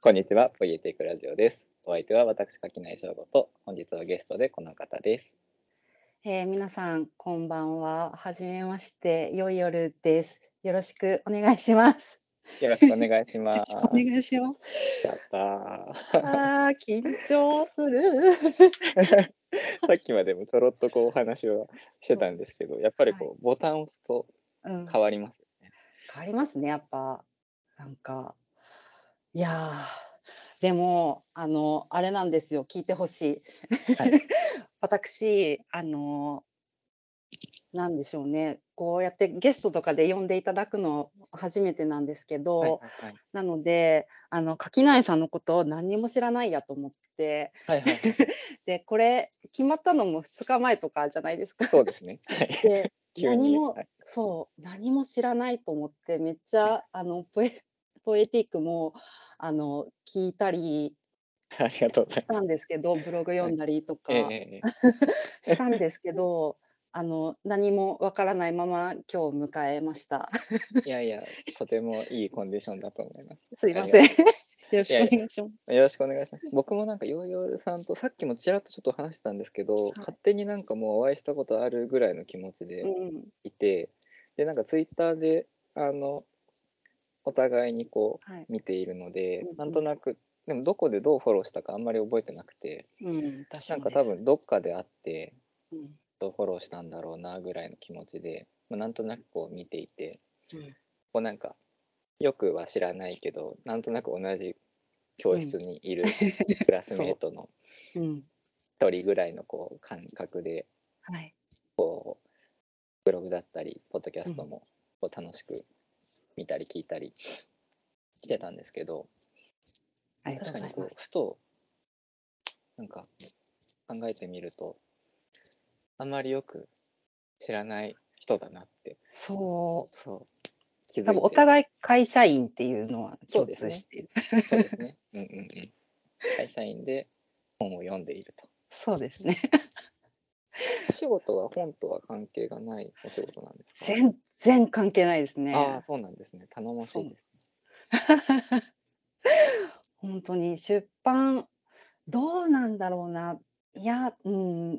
こんにちは、ポイエテイクラジオです。お相手は私、垣内翔吾と、本日はゲストでこの方です。 皆さん、こんばんは。はじめまして、良い夜です。よろしくお願いします。 よろしくお願いしよろましくお願す。 いします。 やったー。 緊張する。 さっきまでもちょろっとこうお話をしてそう、 たんですけど、やっぱりはい。 こうボタンを押すとうん、 変わりますよね。 変わりますね、やっぱ。なんか、いやでも、あれなんですよ、聞いてほしい。 はい。 私、なんでしょうね、こうやってゲストとかで呼んでいただくの初めてなんですけはいど、 はいはい。 なので、垣内さんのことを何にも知らないやと思って、 はいはいはい。 で、これ決まったのも2日前とかじゃないですか。 そうですね。はい。 で、 急に、 何もはい。 そう、何も知らないと思って、めっちはい。 ゃポエティックも、聞いたりありがとうございます。 したんですけど、ブログはい。 読んだりとえええかえええ。 したんですけど、何もわからないまま今日を迎えました。 いやいや、とてもいいコンディションだと思います。 すいません。 ありがとう。 よろしくおいやいや、 願いします。 よろしくお願いします。僕もなんかヨーヨーさんとさっきもちらっとちょっと話してたんですけど、 はい。 勝手になんかもうお会いしたことあるぐらいの気持ちでうん。 いて、で、なんかツイッターで、お互いにこはい。 う見ているので、 うんうん。 なんとなく、でもどこでどうフォローしたかあんまり覚えてなくて、 うん、 なんか私もです。 多分どっかで会って、 うん。 どうフォローしたんだろうなぐらいの気持ちで、まあ、なんとなくこう見ていて、 うん。 こうなんかよくは知らないけど、なんとなく同じ教うん。 室にいるクラスメーそトのう。うん。 一人ぐらいのこう感覚で、 はい。 こうブログだったりポッドキャうん。 ストもこう楽しく見たり聞いたりしてたんですけど、 ありがと確かにうございます。 こうふとなんか考えてみると、あんまりよく知らない人だなってそう、 そう気多分おづいて。 互い会社員っていうのは共そうですね。 通している。 そうですね。うんうんうん。会社員で本を読んでいると。 そうですね。 お仕事は本とは関係がないお仕事なんですか？ 全然関係ないですああ、 ね。 そうなんですね。頼もしそう。 いです。 ほんとに出版、どうなんだろうな。いや、うん、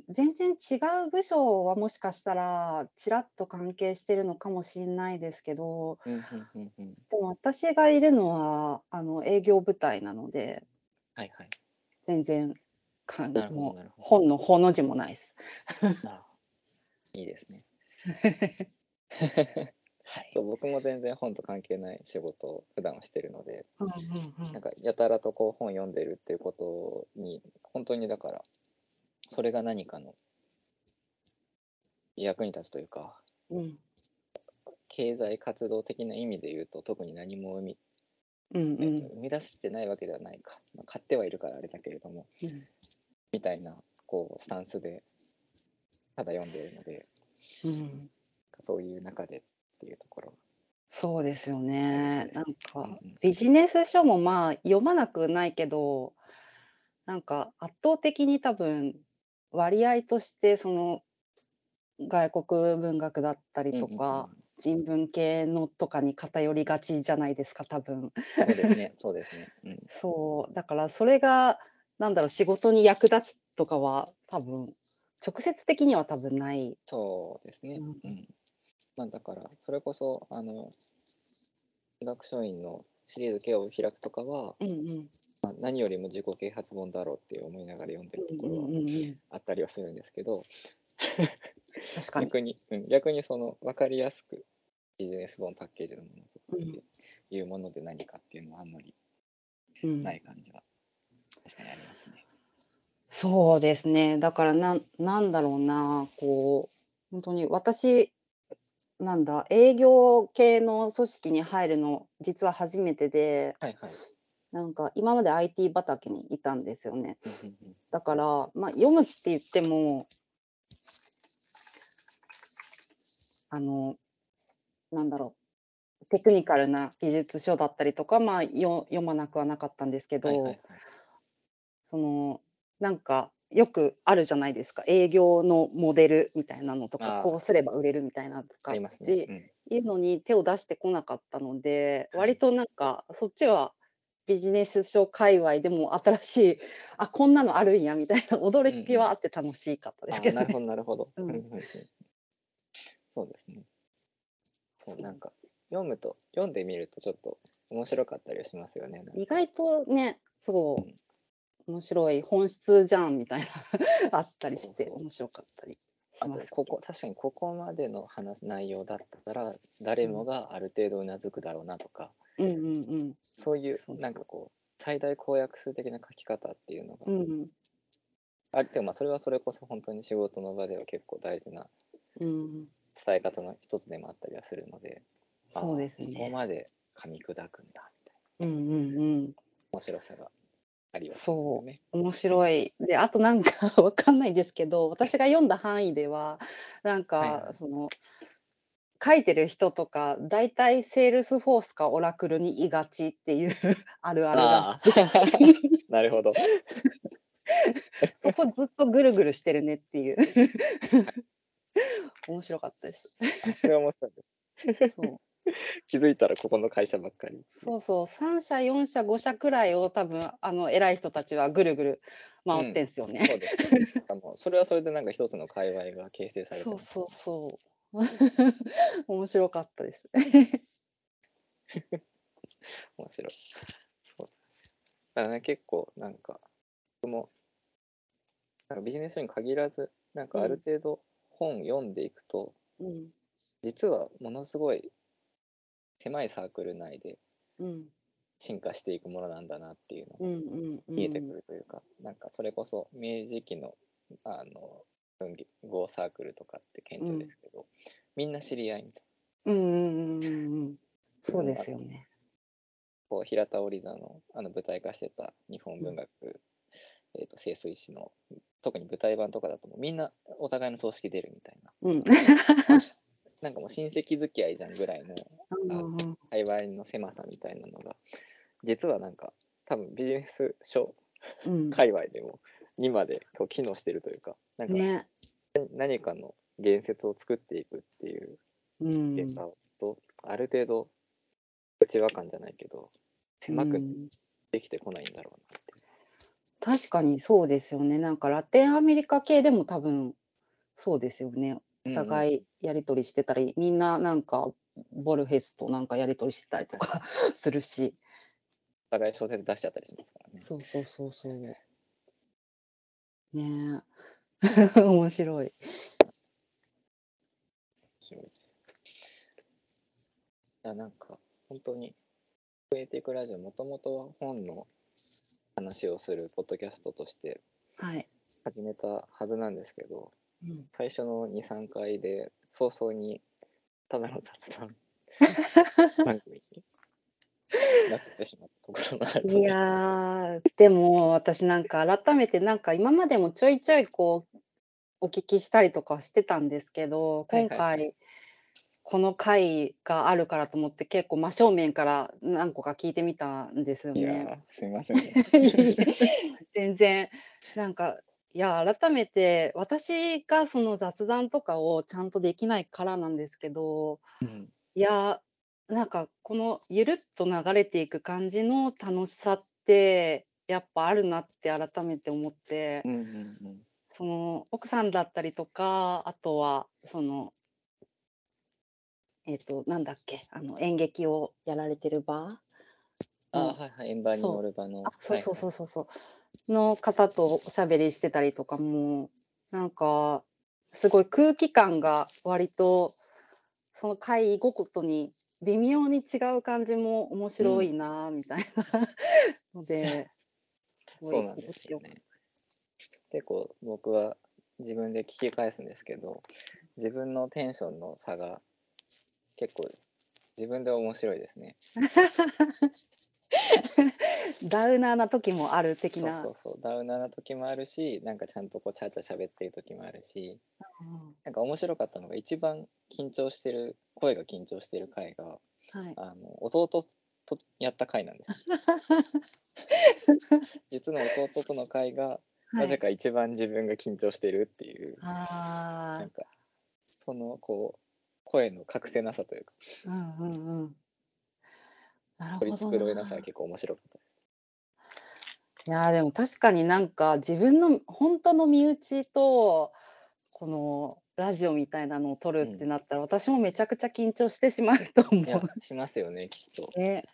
全然違う部署はもしかしたら、ちらっと関係してるのかもしんないですけど、 うん、うんうんうん。 でも私がいるのは、営業部隊なので、 はいはい。 全然、 なるほどもうなるほど。 本の「ほ」の字もないす。 ああ、いいですね。 はい。 そう、僕も全然本と関係ない仕事を普段はしてるので、 うんうんうん。 なんかやたらとこう本読んでるっていうことに、本当にだから、それが何かの役に立つというか、 うん。 経済活動的な意味で言うと、特に何もうんうん。 生み出してないわけではないか。まあ、買ってはいるからあれだけれども、 うん。 みたいな、こう、スタンスで、ただ読んでいるので、 うん。 そういう中でっていうところがそうですよありますね。なね。 んか、 うんうん。 ビジネス書も、まあ、読まなくないけど、なんか圧倒的に多分、割合としてその、外国文学だったりうんとか、 うんうん。 人文系のとかに偏りがちじゃないですか、多分。 そうですね、そうですね。うん。 そう、だからそれが、なんだろう、仕事に役立つとかは多分、直接的には多分ない。 そうですね。 うん。 うん。まあ、だから、それこそ、医学書院のシリーズ K を開くとかは、 うんうん。 まあ、何よりも自己啓発本だろうって思いながら読んでるところはうんうんうんうん。 あったりはするんですけど、 確かに。 逆にその分かりやすくビジネス本パッケージのものとかうん。 っていうもので何かっていうのはあんまりうん。 ない感じは確かにありますね。 そうですね。だからなんだろうな、こう、ほんとに私、なんだ、営業系の組織に入るの、実は初めてで、 はいはい。 なんか今まで IT 畑にいたんですよね。 うんうんうん。 だから、ま、読むって言っても、あの、なんだろう、テクニカルな技術書だったりとか、まあ、読まなくはなかったんですけど、 はいはいはい。 その、なんか、よくあるじゃないですか。営業のモデルみたいなのとか、 ああ、 こうすれば売れるみたいなとかっありますね。 てうん。 いうのに手を出してこなかったので、 はい。 割となんか、そっちはビジネス書界隈でも新しい、あ、こんなのあるんやみたいなうん驚きうん。 はあって楽しかったですああ、 けどね。 なるほど、なるほど。 うん。 うんうんうん。そうですね。そう、なんか、読んでみるとちょっと面白かったりしますよね、なんか。 意外とね、そうん。 う、面白い本質じゃんみたいなあったりして、 そうそう。 面白かったりしあと、 ますけど。 確かにここまでの内容だったら、誰もうん。 がある程度うなずくだろうなとか、 うんうんうん。 そういう、 そうそう。 なんかこう、最大公約数的な書き方っていうのが、 うん。 でもまあそれはそれこそ本当に仕事の場では結構大事なうん。 伝え方の一つでもあったりはするので、ああ、 そうですそこね。 まで噛み砕くんだ、みたいうんうんうん。 な面白さがありはしますよそね。 う、面白い。で、あとなんかわかんないですけど、私が読んだ範囲では、なんかはいはい。 書いてる人とか、だいたいセールスフォースかオラクルにいがちっていうあるあるがあっああ、 て、 なるほど。 そこずっとぐるぐるしてるねっていう面白かったです。 あ、それは面白いです。 そう。 気づいたらここの会社ばっかりっていう。 そうそう、3社、4社、5社くらいを多分、偉い人たちはぐるぐる回ってうん、 んすよね。 そうですね。なんかもう、それはそれでなんか一つの界隈が形成されてます。 そうそうそう。面白かったです。 面白い。そう。だからね、結構なんか、僕もなんかビジネス書に限らず、なんかあるうん、 程度本読んでいくと、 うん、 実はものすごい狭いサークル内でうん、 進化していくものなんだなっていうのがうんうんう見えてくん。 るというか、なんかそれこそ明治期の語サークルとかって顕著でうん。 すけど、みんな知り合いみたいうんうんうんうんうん。 な。 そうですよね。 こう平田織座の舞台化してた日本うん。 文学、盛水詩の特に舞台版とかだともうみんなお互いの葬式出るみたいな、 うん。 なんかもう親戚付き合いじゃんぐらいのうんうんうん。 界隈の狭さみたいなのが実はなんか多分ビジネス書うん。 界隈でもにまでこう機能してるというか、なんかね。 何かの言説を作っていくっていううん。 現場とある程度内輪感じゃないけどう狭くん。 できてこないんだろうなって。 確かにそうですよね。なんかラテンアメリカ系でも多分そうですよね。おうんうん。 互いやり取りしてたり、みんななんかボルヘスとなんかやり取りしてたりとかするし。 お互い小説出しちゃったりしますからね。 そうそうそうそう。ねえ。面白い。 面白いです。なんか本当にクリエイティックラジオもともとは本の話をするポッドキャストとしてはい。 始めたはずなんですけど、 うん。 最初の2、3回で早々にただの雑談番組になってしまったところがあるいので、 や、でも私なんか改めてなんか今までもちょいちょいこうお聞きしたりとかしてたんですけど、 はいはいはい。 今回この回があるからと思って結構真正面から何個か聞いてみたんですよね。 いやー、すいませんね。 いえいえ、全然。なんか、いや、改めて私がその雑談とかをちゃんとできないからなんですけど、 うん。 いや、なんかこのゆるっと流れていく感じの楽しさって、やっぱあるなって改めて思って、 うんうんうん。 その奥さんだったりとか、あとはなんだっけ、演劇をやられてる場ああ、 の、 はいはい、円盤に乗そう、 る場の、 あ、そうそうはいはい。 そうそうそう、の方とおしゃべりしてたりとかも、なんか、すごい空気感が割と、その回ごとに微妙に違う感じも面うん、 白いなみたいなので、すごいそうなんで心地よかっすよね。結構僕は自分で聞き返すんですけど、自分のテンションの差が結構自分で面白いですね。 ダウナーな時もある的そうな。 そうそう、ダウナーな時もあるし、なんかちゃんとこうチャーチャー喋ってる時もあるし、 うん、 なんか面白かったのが一番緊張してる、声が緊張してる回が、 はい。 弟とやった回なんですよ。実の弟との回が、 はい。 なぜか一番自分が緊張してるっていう、なああ、 んか、そのこう、声の隠せなさというか、 うんうんうん。なる取りほど繕いなさがな。 結構面白かった。 いやー、でも確かになんか自分の本当の身内と、このラジオみたいなのを撮るうん。 ってなったら、私もめちゃくちゃ緊張してしまうと思いや、 う。 しますよね、きっと。 ね。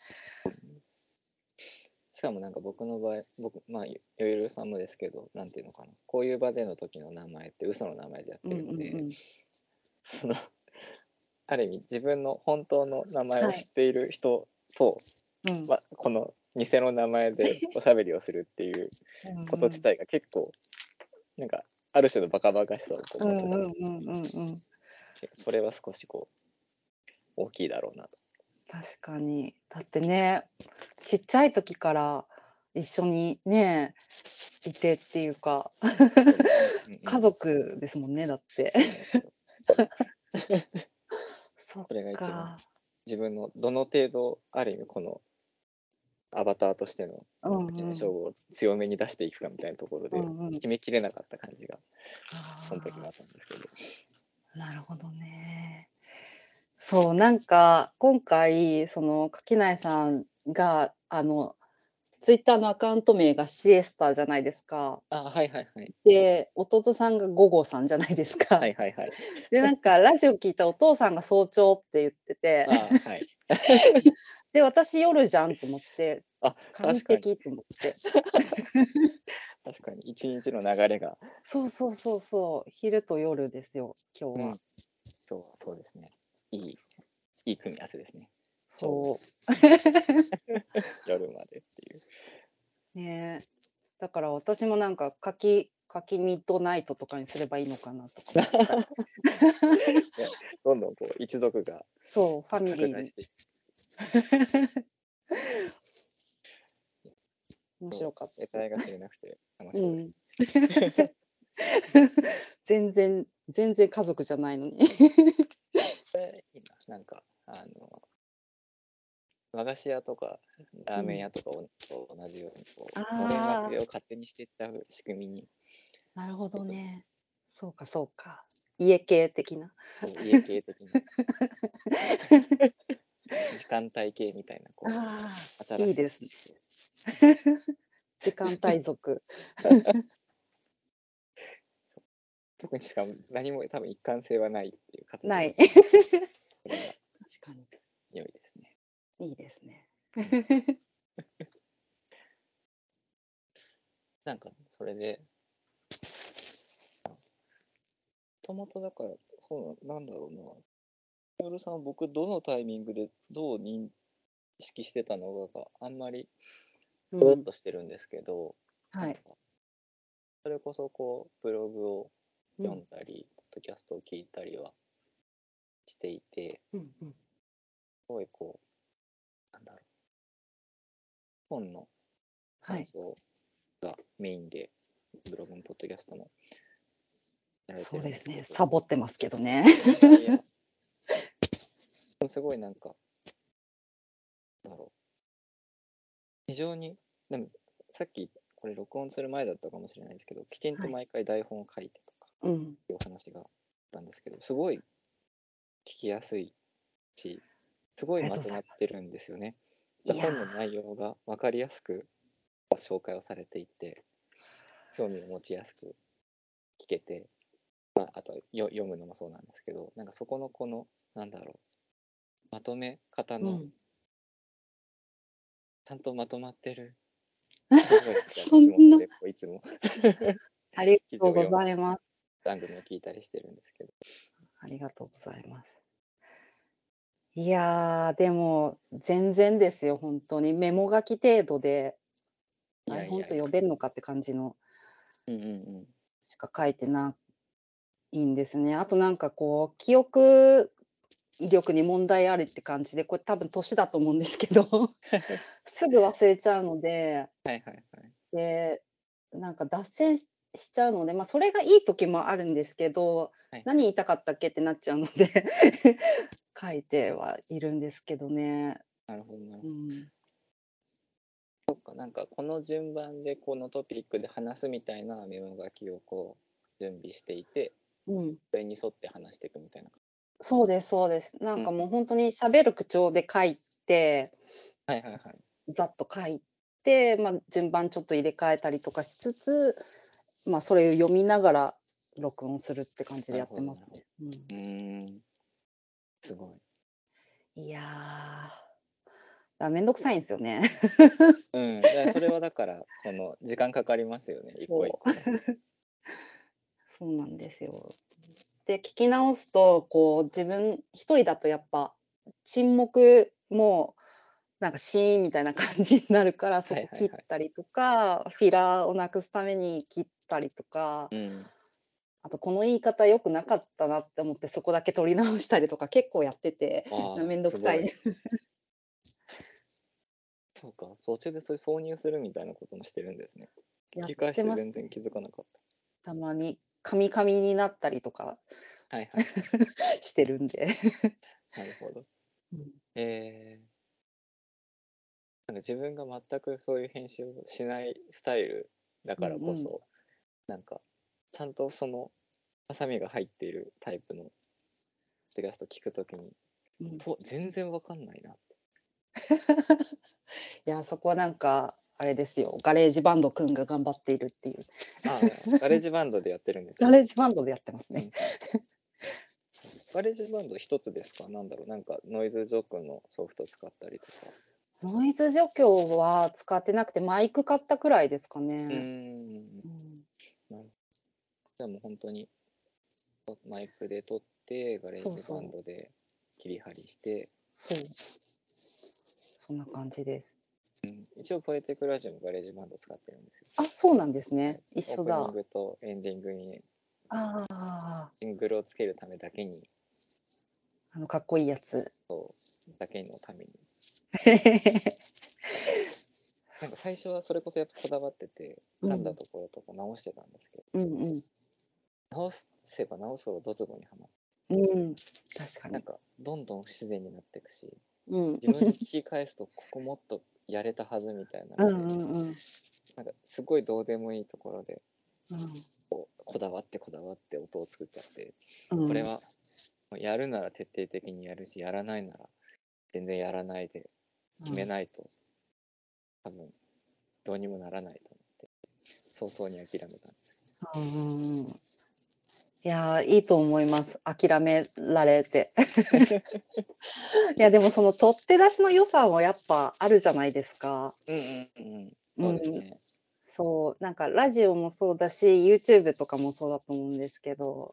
しかもなんか僕の場合、まあ、いろさんもですけど、なんていうのかな。こういう場での時の名前って嘘の名前でやっうんうんてるので、 うん。 その、ある意味自分の本当の名前をはい。 知っている人と、 うん。 まあ、この偽の名前でおしゃべりをするっていううんことうん。 自体が結構、なんか、ある種のバカバカしさをこううん持たせる。 うんうんうんうん。 それは少しこう、大きいだろうなと。 確かに。だってね、ちっちゃい時から一緒にね、いてっていうか、 そうですね。うんう家ん。 族ですもんね、だって。 そうなんですよ。そう。 そっそれが一番か。 自分のどの程度ある意味このアバターとしてのうん垣うん。 根翔吾を強めに出していくかみたいなところでうんうん。 決めきれなかった感じがその時もああったんですけど。 あ、なるほどね。そう、なんか、今回、その、垣内さんが、ツイッターのアカウント名がシエスタじゃないですか。 あ、はいはいはい。 で、弟さんが午後さんじゃないですか。 はいはいはい。 で、なんかラジオ聞いたお父さんが早朝って言ってて、 あはい。 で、私夜じゃんと思って、 あ、 完確かに。 璧と思って。 確かに一日の流れが、 そうそうそうそう、昼と夜ですよ、今日は。 うん、今日はそうですね。いい、いい組み合わせですね。ちょうどそう。 夜までっていう。 ねえ。だから私もなんか、かきミッドナイトとかにすればいいのかなとか思ったり。 いや、どんどんこう一族がそう、ファミリーに。 拡大していく面白とかった。 得体が知れなくて楽しそうです。 うん。全然家族じゃないのに。 いいな、なんか、和菓子屋とかラーメンうん。 屋とかと同じように、こう、のれん分ああ、 けを勝手にしていった仕組みに、 なるほちょっと、 どね。そうかそうか。家系的な。 そう、家系的な、時間帯系みたいな、こう、 ああ、 新しいいいですね。 形で、 時間帯族。 そう特にしかも何も多分一貫性はないっていう活動ない。 だと思うんですけど、これが確かに。 良いですね。 いいですね。 うん、なんか、それで、もともとだから、そうなんだろうな。ヨルさんは僕、どのタイミングでどう認識してたのかがあんまりふわっうん。 としてるんですけど、なはい。 んか、それこそこう、ブログをうん。 読んだり、ポッドキャストを聞いたりはしていて、 うんうん。 すごいこう、なんだろう、本のはい。 感想がメインで、ブログもポッドキャストもやられてそうですね。 るんですけど、 サボってますけどね。 いやいや、すごいなんか、なんだろう、非常に、でもさっきこれ録音する前だったかもしれないですけど、きちんとはい。 毎回台本を書いてとかうん。 いうお話があったんですけど、すごい聞きやすいし、すごいありがまとうございます。 とまってるんですよね。 いや本の内容が分かりやすく紹介をされていて、興味を持ちやすく聞けて、まあ、あと読むのもそうなんですけど、なんかそこのこの、なんだろう、まとめ方ー、うの、 ん。 ちゃんとまとまってる、すごいみたいなそんな、 気持ちで、こういつもありが記とうご事を読んだり、 ざいます。 番組を聞いたりしてるんですけど。 ありがとうございます。いやー、でも、全然ですよ、ほんとに。メモ書き程度で、 いや台本といやいや。 呼べんのかって感じのうんうんうん。 しか書いてないんですね。あとなんかこう、記憶力に問題ありって感じで、これ多分年だと思うんですけど、すぐ忘れちゃうので、 はいはいはい。 で、なんか脱線しちゃうので、ま、それがいい時もあるんですけど、 はいはい。 何言いたかったっけってなっちゃうので、書いてはいるんですけどね。 なるほどなるほど。 うん。 そっか、なんかこの順番でこのトピックで話すみたいなメモ書きをこう準備していて、 うん。 それに沿って話していくみたいな。 そうですそうです。なうん。 んかもうほんとに喋る口調で書いて、 はいはいはい。 ざっと書いて、順番ちょっと入れ替えたりとかしつつ、それを読みながら録音するって感じでやってますね。 すごいやめんどくさいんですよね。 い。だからそれはだから、時間かかりますよね、一個一個。 そうなんですよ。で、聞き直すと、自分一人だとやっぱ、沈黙も、シーンみたいな感じになるから、そこ切ったりとか、フィラーをなくすために切ったりとか、あとこの言い方良くなかったなって思って、そこだけ取り直したりとか結構やってて、めんどくさい。 そうか、途中でそれ挿入するみたいなこともしてるんですね。 やっ聞き返してます全然気づかなかった。 たまに、カミカミになったりとかしてるんで。 なるほど。なんか自分が全くそういう編集をしないスタイルだからこそ、なんかちゃんとそのハサミが入っているタイプのポッドキャスト聞くときに、全然わかんないなって。 いや、そこはあれですよ、ガレージバンドくんが頑張っているっていう。 ガレージバンドでやってるんですか？ ガレージバンドでやってますね。 ガレージバンド一つですか？なんだろう、なんかノイズ除去のソフト使ったりとか。 ノイズ除去は使ってなくて、マイク買ったくらいですかね。 じゃあもう本当にマイクで撮って、ガレージバンドで切り張りして。 そんな感じです。 一応ポエティックラジオもガレージバンド使ってるんですよ。 あ、そうなんですね。一緒だ。 オープニングとエンディングにシングルをつけるためだけに、 かっこいいやつ。 だけのために。なんか最初はそれこそやっぱこだわってて、噛んだところとか直してたんですけど、直せば直すほどドツボにはまって、 確かに。 なんかどんどん不自然になっていくし、 自分で聞き返すとここもっとやれたはずみたいなので、なんかすごいどうでもいいところで、こだわって音を作っちゃって、これはやるなら徹底的にやるし、やらないなら全然やらないで決めないと、多分どうにもならないと思って早々に諦めたんです。 いやいいと思います。諦められて。いやでもその取って出しの良さもやっぱあるじゃないですか。 そうですね。 そう、ラジオもそうだし、YouTube とかもそうだと思うんですけど、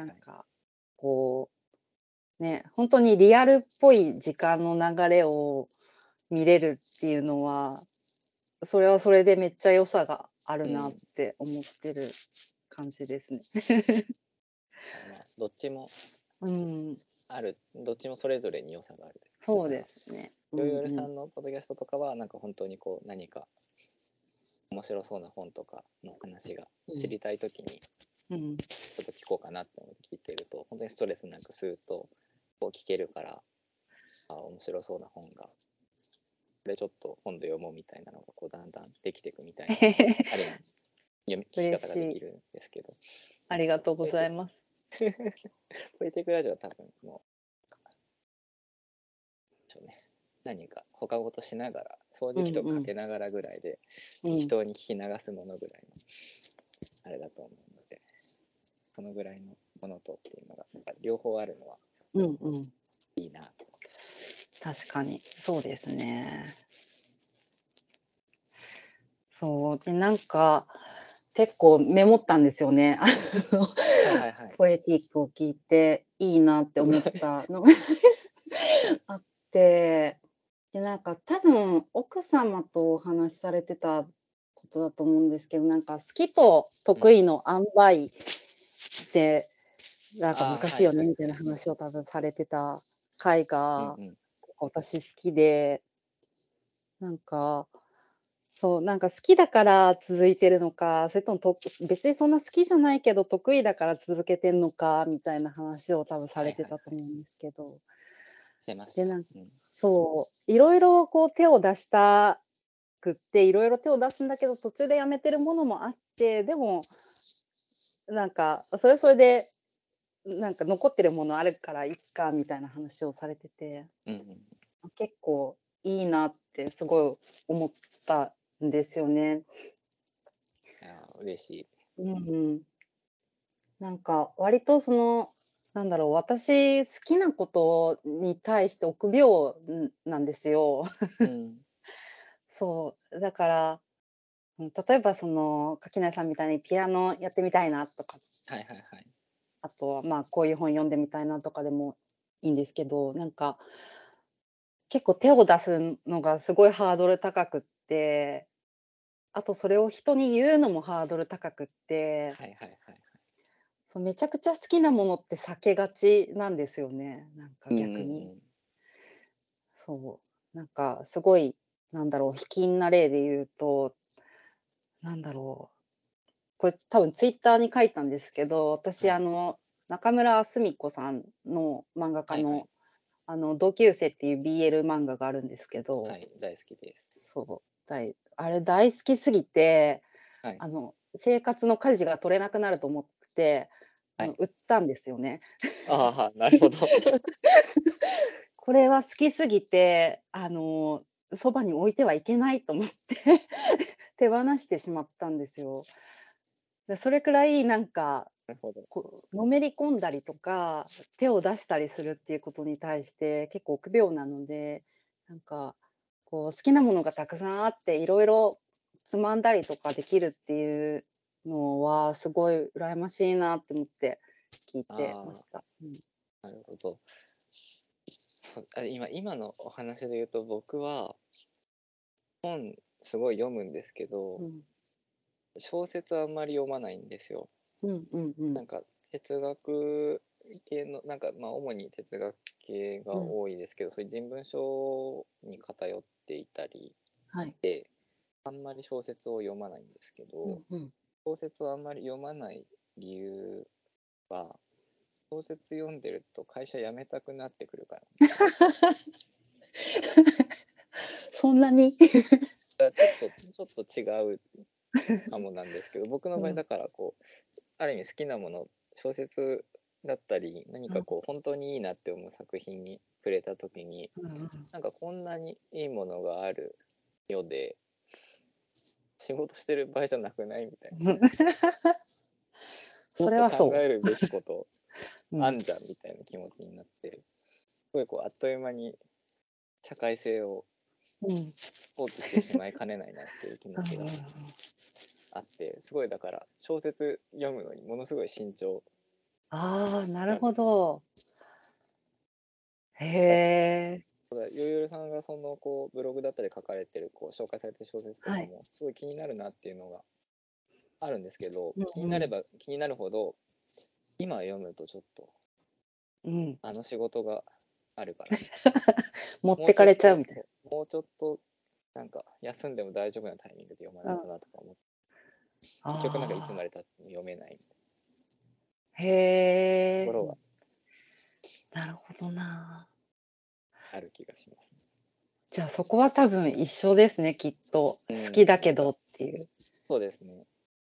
本当にリアルっぽい時間の流れを見れるっていうのは、それはそれでめっちゃ良さがあるなって思ってる感じですね。 どっちもある、どっちもそれぞれに良さがある。 そうですね。 ヨヨルさんのポッドキャストとかは、なんか本当に何か面白そうな本とかの話が知りたいときに、ちょっと聞こうかなって思って聞いてると、本当にストレスなくスーッと聞けるから、面白そうな本が、これちょっと本で読もうみたいなのがだんだんできていくみたいなある聞き方ができるんですけど。 ありがとうございます。 ポエティックラジオは多分もう、何か他事しながら、掃除機とかかけながらぐらいで、適当に聞き流すものぐらいのあれだと思うので、そのぐらいのものとっていうのが両方あるのはいいなと。 確かにそうですね。そうで結構メモったんですよね。ポエティックを聞いていいなって思ったのがあって、で多分奥様とお話しされてたことだと思うんですけど、好きと得意の塩梅って難しいよねみたいな話を多分されてた回が私好きで、そう、好きだから続いてるのか、それとも別にそんな好きじゃないけど得意だから続けてんのかみたいな話を多分されてたと思うんですけど。でそう、いろいろ手を出したくって、いろいろ手を出すんだけど、途中でやめてるものもあって、でも、それはそれで、残ってるものあるからいっかみたいな話をされてて、結構いいなってすごい思ったんですよね。 いや嬉しい。 うんうん。なんか割とその、なんだろう、私好きなことに対して臆病なんですよ。 うん。 そう、だから、例えばその垣内さんみたいにピアノやってみたいなとか、 はいはいはい。 あとはまあこういう本読んでみたいなとかでもいいんですけど、なんか結構手を出すのがすごいハードル高くって、あとそれを人に言うのもハードル高くって、 はいはいはい。 そう、めちゃくちゃ好きなものって避けがちなんですよね、なんかうんうん逆に。 うん。 そう、なんかすごい、なんだろう、卑近な例で言うと、なんだろう、これ多分ツイッターに書いたんですけど、私はい。 中村澄子さんの漫画家の、 はいはい。 同級生っていう BL 漫画があるんですけど、 はい、大好きです。 そう、あれ大好きすぎて、 はい。 生活の舵が取れなくなると思って、 はい。 売ったんですよね。 ああ、なるほど。 これは好きすぎて、そばに置いてはいけないと思って手放してしまったんですよ。それくらいなんか、 なるほど。 のめり込んだりとか、手を出したりするっていうことに対して結構臆病なので、なんか、こう好きなものがたくさんあって、いろいろつまんだりとかできるっていうのは、すごい羨ましいなって思って聞いてまあした。うん。 あ、なるほど。今のお話で言うと、僕は本すごい読むんですけど、 うん。 小説はあんまり読まないんですよ。 うんうんうん。 なんか哲学系の、まあ主に哲学系がうん。 多いですけど、そういう人文書に偏っていたりはい。 で、あんまり小説を読まないんですけど、 うんうん。 小説をあんまり読まない理由は、小説読んでると会社辞めたくなってくるからなんですよ。 そんなに？ ちょっと違うかもなんですけど、僕の場合うん。 だからある意味好きなもの、小説だったり、何うん。 か本当にいいなって思う作品に触れた時に、 うんうん。 なんかこんなにいいものがある世で、仕事してる場合じゃなくないみたいな。 うん。そもっとれはそ考えるべきことう。うん。 あんじゃんみたいな気持ちになって、すごいあっという間に社会性をうん。 放棄してしまいかねないなっていう気持うんうんうん。 ちがあって、すごいだから小説読むのにものすごい慎重ああ、なるほなんですね。 ど。へだえ。 よいよるさんがブログだったり書かれてる紹介されてる小説とはい。 かもすごい気になるなっていうのがあるんですけど、気にうんうん。 なれば気になるほど今読むとちょっとうん。 あの仕事があるから持ってかれちゃうみたいもうちょっと休んでも大丈夫なタイミングで読まなな。うん。 いとなとか思って、結局いつまああ、 でたっても読めないみたいなへえ。 ところはなるほどな。 ある気がしますじゃあ、そこは多分一緒ですね、きっと。好ね。 きだけどっていう。 そうですね。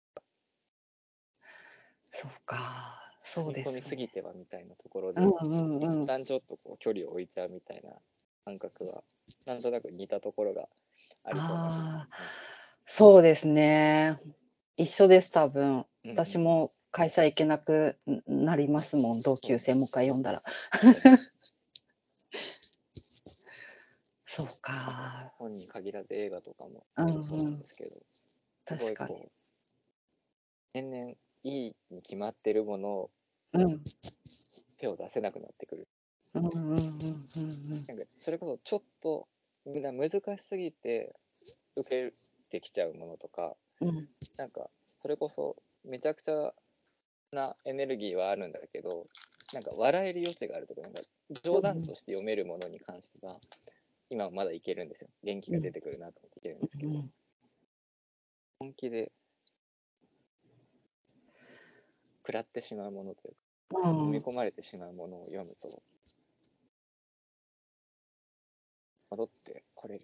そうか、 踏そうみ込みすぎですね。 てはみたいなところうんで、一うんうん。 旦ちょっと距離を置いちゃうみたいな感覚は、なんとなく似たところがありそうな気がしああ、 ますね。 そうですね。一緒です、多分。 うんうんうん。 私も会社行けなくなりますもん、同そうなん級生もう一回読んだら。 そうなんです。 そうか。 本に限らず映画とかもうんうそうなんん。 ですけど、すご確かに。 い年々いいに決まってるものをうん。 手を出せなくなってくる。 うんうんうんうんうん。 それこそちょっと難しすぎて受けてきちゃうものとか、 うん。 それこそめちゃくちゃなエネルギーはあるんだけど、笑える余地があるとか、冗談として読めるものに関しては、今はまだいけるんですよ。元気うん。 が出てくるなと思っていけるんですけど、 うん。 本気で食らってしまうものというか、飲みうん。 込まれてしまうものを読むと、戻ってこれる。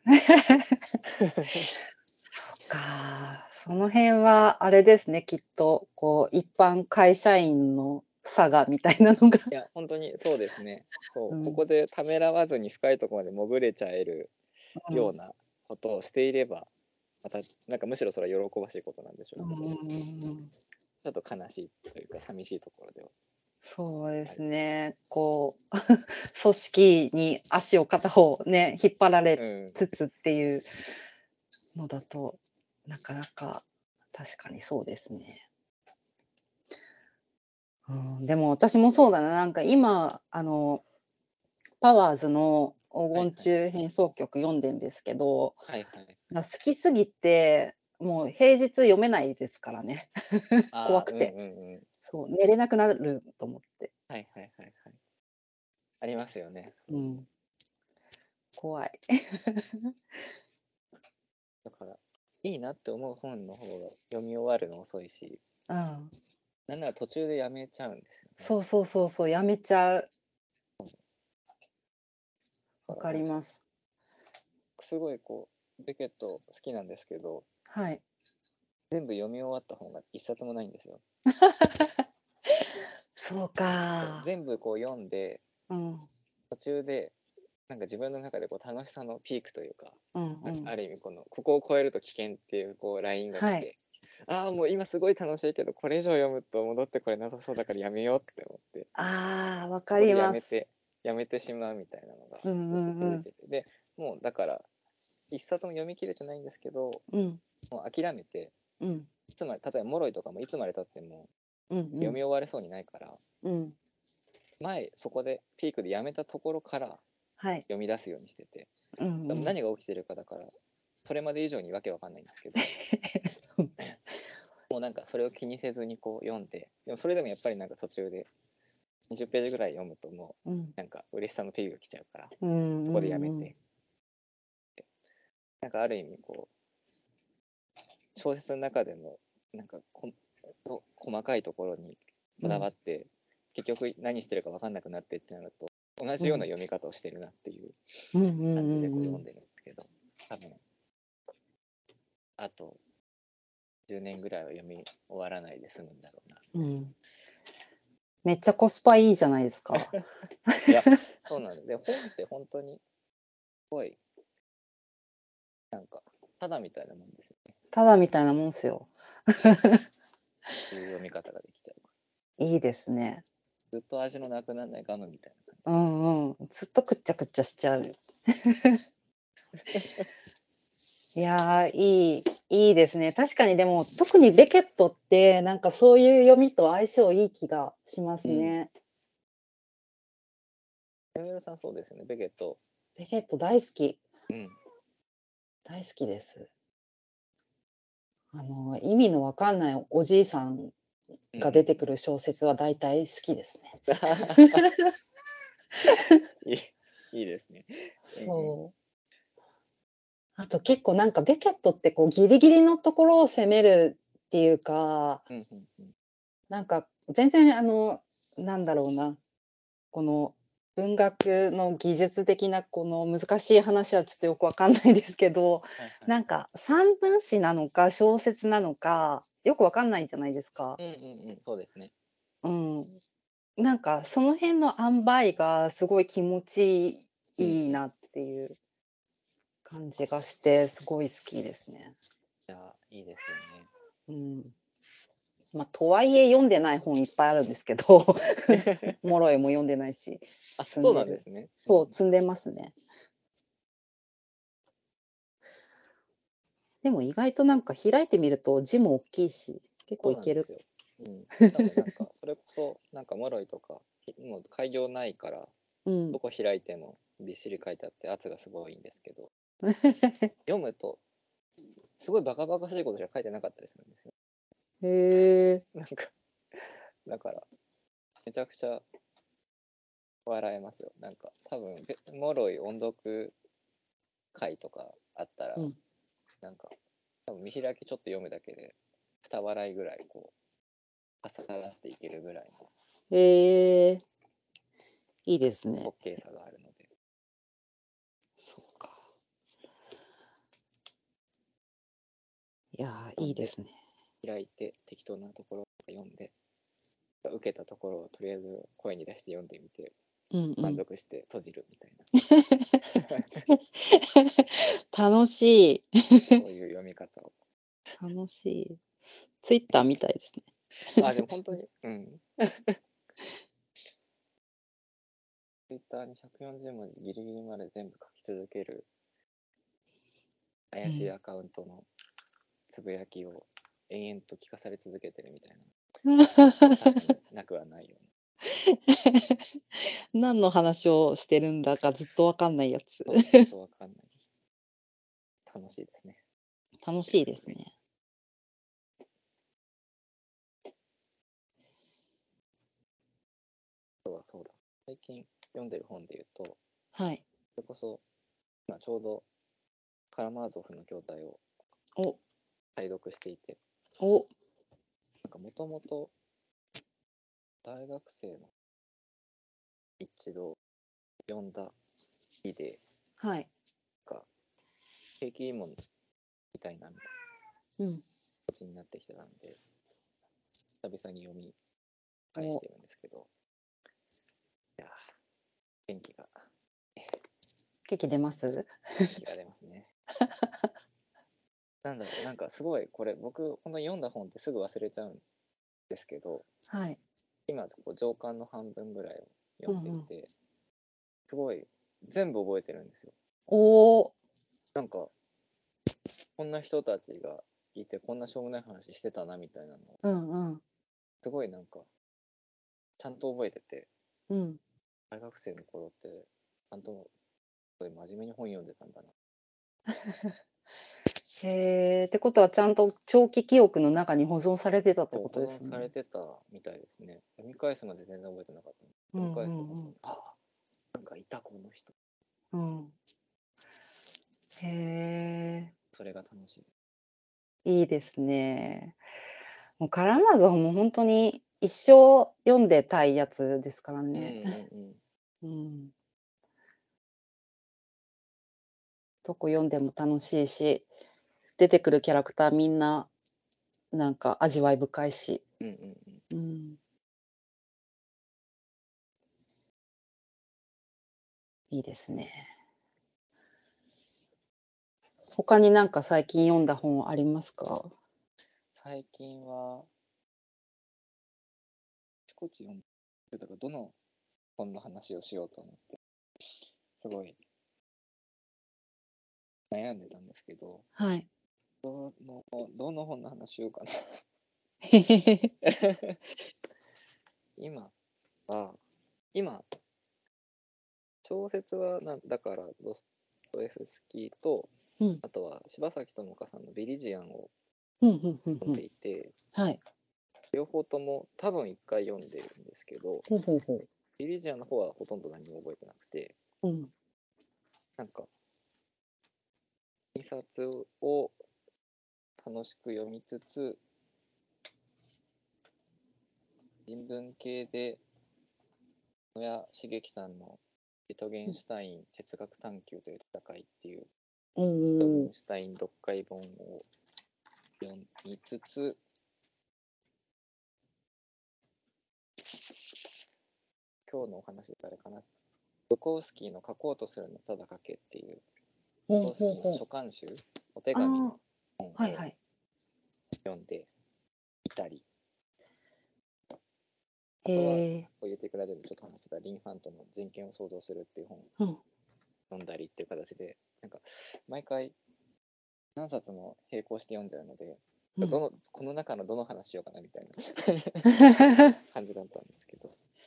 か、その辺はあれですね、きっと、一般会社員の差がみたいなのが。 いや、本当にそうですね。 うん、 ここでためらわずに深いところまで潜れちゃえるうん。 ようなことをしていれば、 またなんかむしろそれは喜ばしいことなんでしょうけど、ちうん。 ょっと悲しいというか寂しいところではそうですある。 ね。こう組織に足を片方ね、引っ張られうん、 つつっていうのだと、なかなか確かにそうですね。うん、でも私もそうだな、なんか今、パワーズの黄はいはい。 金中変奏曲読んでんですけど、 はいはい。 好きすぎて、もう平日読めないですからね。怖ああ、うんくて。 うんうん。 そう、寝れなくなると思って。 はいはいはいはい。ありますよね。そういうの。 うん、怖い。 だから、いいなって思う本の方が読み終わるの遅いし、 うん。 なんなら途中でやめちゃうんですよね。 そうそうそうそう、やめちゃう。わだからなんか、 かります。 すごいこう、ベケット好きなんですけど、 はい。 全部読み終わった本が一冊もないんですよ。 そうそうか。 全部こう読んで、 うん。 途中で、なんか自分の中でこう楽しさのピークというか、 うんうん。 ある意味ここを超えると危険っていうこうラインが来はい。 て、ああ、もう今すごい楽しいけど、これ以上読むと戻ってこれなさそうだからやめようって思って、 ああ、わかそこでります。 やめてしまうみたいなのがうんずっとうんうん。 続いてて、で、もうだから、一冊も読み切れてないんですけど、 うん。 もう諦めて、 うん。 つまり、例えば、モロイとかもいつまでたってもうんうん。 読み終われそうにないから、 うん。 そこでピークでやめたところからはい。 読み出すようにしてて、 うんうん。 多分何が起きてるかだから、それまで以上にわけわかんないんですけど、もうなんかそれを気にせずにこう読んで、でもそれでもやっぱりなんか途中で20ページぐらい読むともうん。 うなんか嬉しさのピークが来ちゃうから、 うんうそこでやめんうん。 て、なんかある意味こう、小説の中でもなんか細かいところにこだわって、結局何してるかわかんなくなってってなると、同じような読み方をしてるなっていううんうん感じでうんうん。 こう読んでるんですけど、多分あと10年ぐらいは読み終わらないで済むんだろうな。 うん。めっちゃコスパいいじゃないですか。 いや、そうなんです。で、本って本当にすごい、なんか、ただみたいなもんですよね。 ただみたいなもんっすよ。 っていう読み方ができちゃう。 いいですね。 ずっと味のなくならないガムみたいな感うんうん。ずっとくっちゃくっちゃしちゃう。いやー、いいですね。確かにでも、特にベケットって、なんかそういう読みと相性いい気がしますじ。うん。 ね。 山村さんそうですよね。ベゲット。 ベケット大好き。 うん。 大好きです。意味のわかんないおじいさんうんうんが出てくる小説は大体好きですね。 いい、いいですね。うんうん。 そう。あと結構なんかベケットってこうギリギリのところを攻めるっていうか、 うんうんうん。 なんか全然なんだろうな、この文学の技術的なこの難しい話はちょっとよくわかんないですけど、 はいはい。 なんか三文詩なのか小説なのか、よくわかんないじゃないですか。 うんうんうん。そうですね。 うん。なんかその辺の塩梅がすごい気持ちうんうん。 いいなっていう感じがして、すごい好きですね。 じゃあ、いいですよね。 うん。まあ、とはいえ読んでない本いっぱいあるんですけど、もろいも読んでないし、 あ、そう積んでる。 なんですね。うん。 そう、積んでますね。でも意外となんか開いてみると字も大きいし、結そ構いける。 うなんですよ。うん。多分なんか、それこそ、なんか、モロイとか、もう開業ないから、 うん。 どこ開いてもびっしり書いてあって圧がすごいんですけど、読むとすごいバカバカしいことしか書いてなかったりするんですよ。 へえ。 なんか、だから、めちゃくちゃ笑えますよ。なんか、多分、もろい音読会とかあったら、 うん。 なんか、多分見開きちょっと読むだけで、二笑いぐらい、こう、重なっていけるぐらいのへえ。いいですね。 滑稽さがあるので、 そうか。いやー、 読んで、 いいですね。 開いて、適当なところを読んで、受けたところをとりあえず声に出して読んでみて、 満うんうん。 足して閉じるみたいな楽しい。 そういう読み方を。 楽しい。ツイッターみたいですね。 あ、でも本当に、ツイッターに140文字ギリギリまで全部書き続ける怪しいアカウントのつぶやきを延々と聞かされ続けてるみたいな。確かになくはないよね。 何の話をしてるんだかずっとわかんないやつ。 そう本当わかんないです。楽しいですね。 楽しいですね。 そうだ。最近読んでる本で言うと、 はい。 それこそ、今ちょうどカラマーゾフの筐体をお、 拝読していて、 お、 なんかもともと大学生の一度読んだ日で、 はい。 なんか景気いいものみたいなうん。 気持ちになってきてたんで、久々に読み返してるんですけど、いやー、元気が出ます元気が出ますね。なんだろう、なんかすごいこれ僕本当に読んだ本ってすぐ忘れちゃうんですけど、 はい。 今こう上巻の半分ぐらいを読んでいうんて、すごい全部覚えてるんですよ。 おー、 なんかこんな人たちがいてこんなしょうもない話してたなみたいなのをうんうん。 すごいなんかちゃんと覚えてて、 うん。 大学生の頃ってちゃんとすごい真面目に本読んでたんだな。 ってことはちゃんと長期記憶の中に保存されてたってこと保存ですね。 されてたみたいですね。読み返すまで全然覚えてなかった。読みうんう返すと本当に、 んああ、なんかいたこの人。 うん。うん。へそれが楽しい。 いいですね。もうカラマーゾフも本当に一生読んでたいやつですからうんね。 うんうん。 うん。どこ読んでも楽しいし、出てくるキャラクターみんななんか味わい深いし。 うんうんうん。 うん。いいですね。他になんか最近読んだ本ありますか？ 最近は、あちこち読んでたから、どの本の話をしようと思って、すごい悩んでたんですけど、 はい。 どの本の話しようかな。今は、今、小説はだからドストエフスキーと、 うん。 あとは柴咲友香さんのビリジアンをうんうんうん読んうん。 でいて、 はい。 両方とも多分1回読んでるんですけど、 ほうほうほう。 ビリジアンの方はほとんど何も覚えてなくて、 うん。 なんか、2冊を楽しく読みつつ、人文系で野谷茂樹さんのビトゲンシュタイン哲学探求という戦いっていうビトゲおお。 ンシュタイン読解本を読みつつ、今日のお話誰かな、ブコウスキーの書こうとするのただ書けっていう、ブほうコウスキーのほうほう。 書簡集、お手あ紙のあ、 本をはいはい。 読んでいたり、あへとは、 え。 こういうテクラジオでちょっと話してたリン・ファントの人権を創造するっていう本をうん。 読んだりっていう形で、なんか、毎回何冊も並行して読んじゃうので、 うん。 この中のどの話しようかなみたいな感じだったんですけど、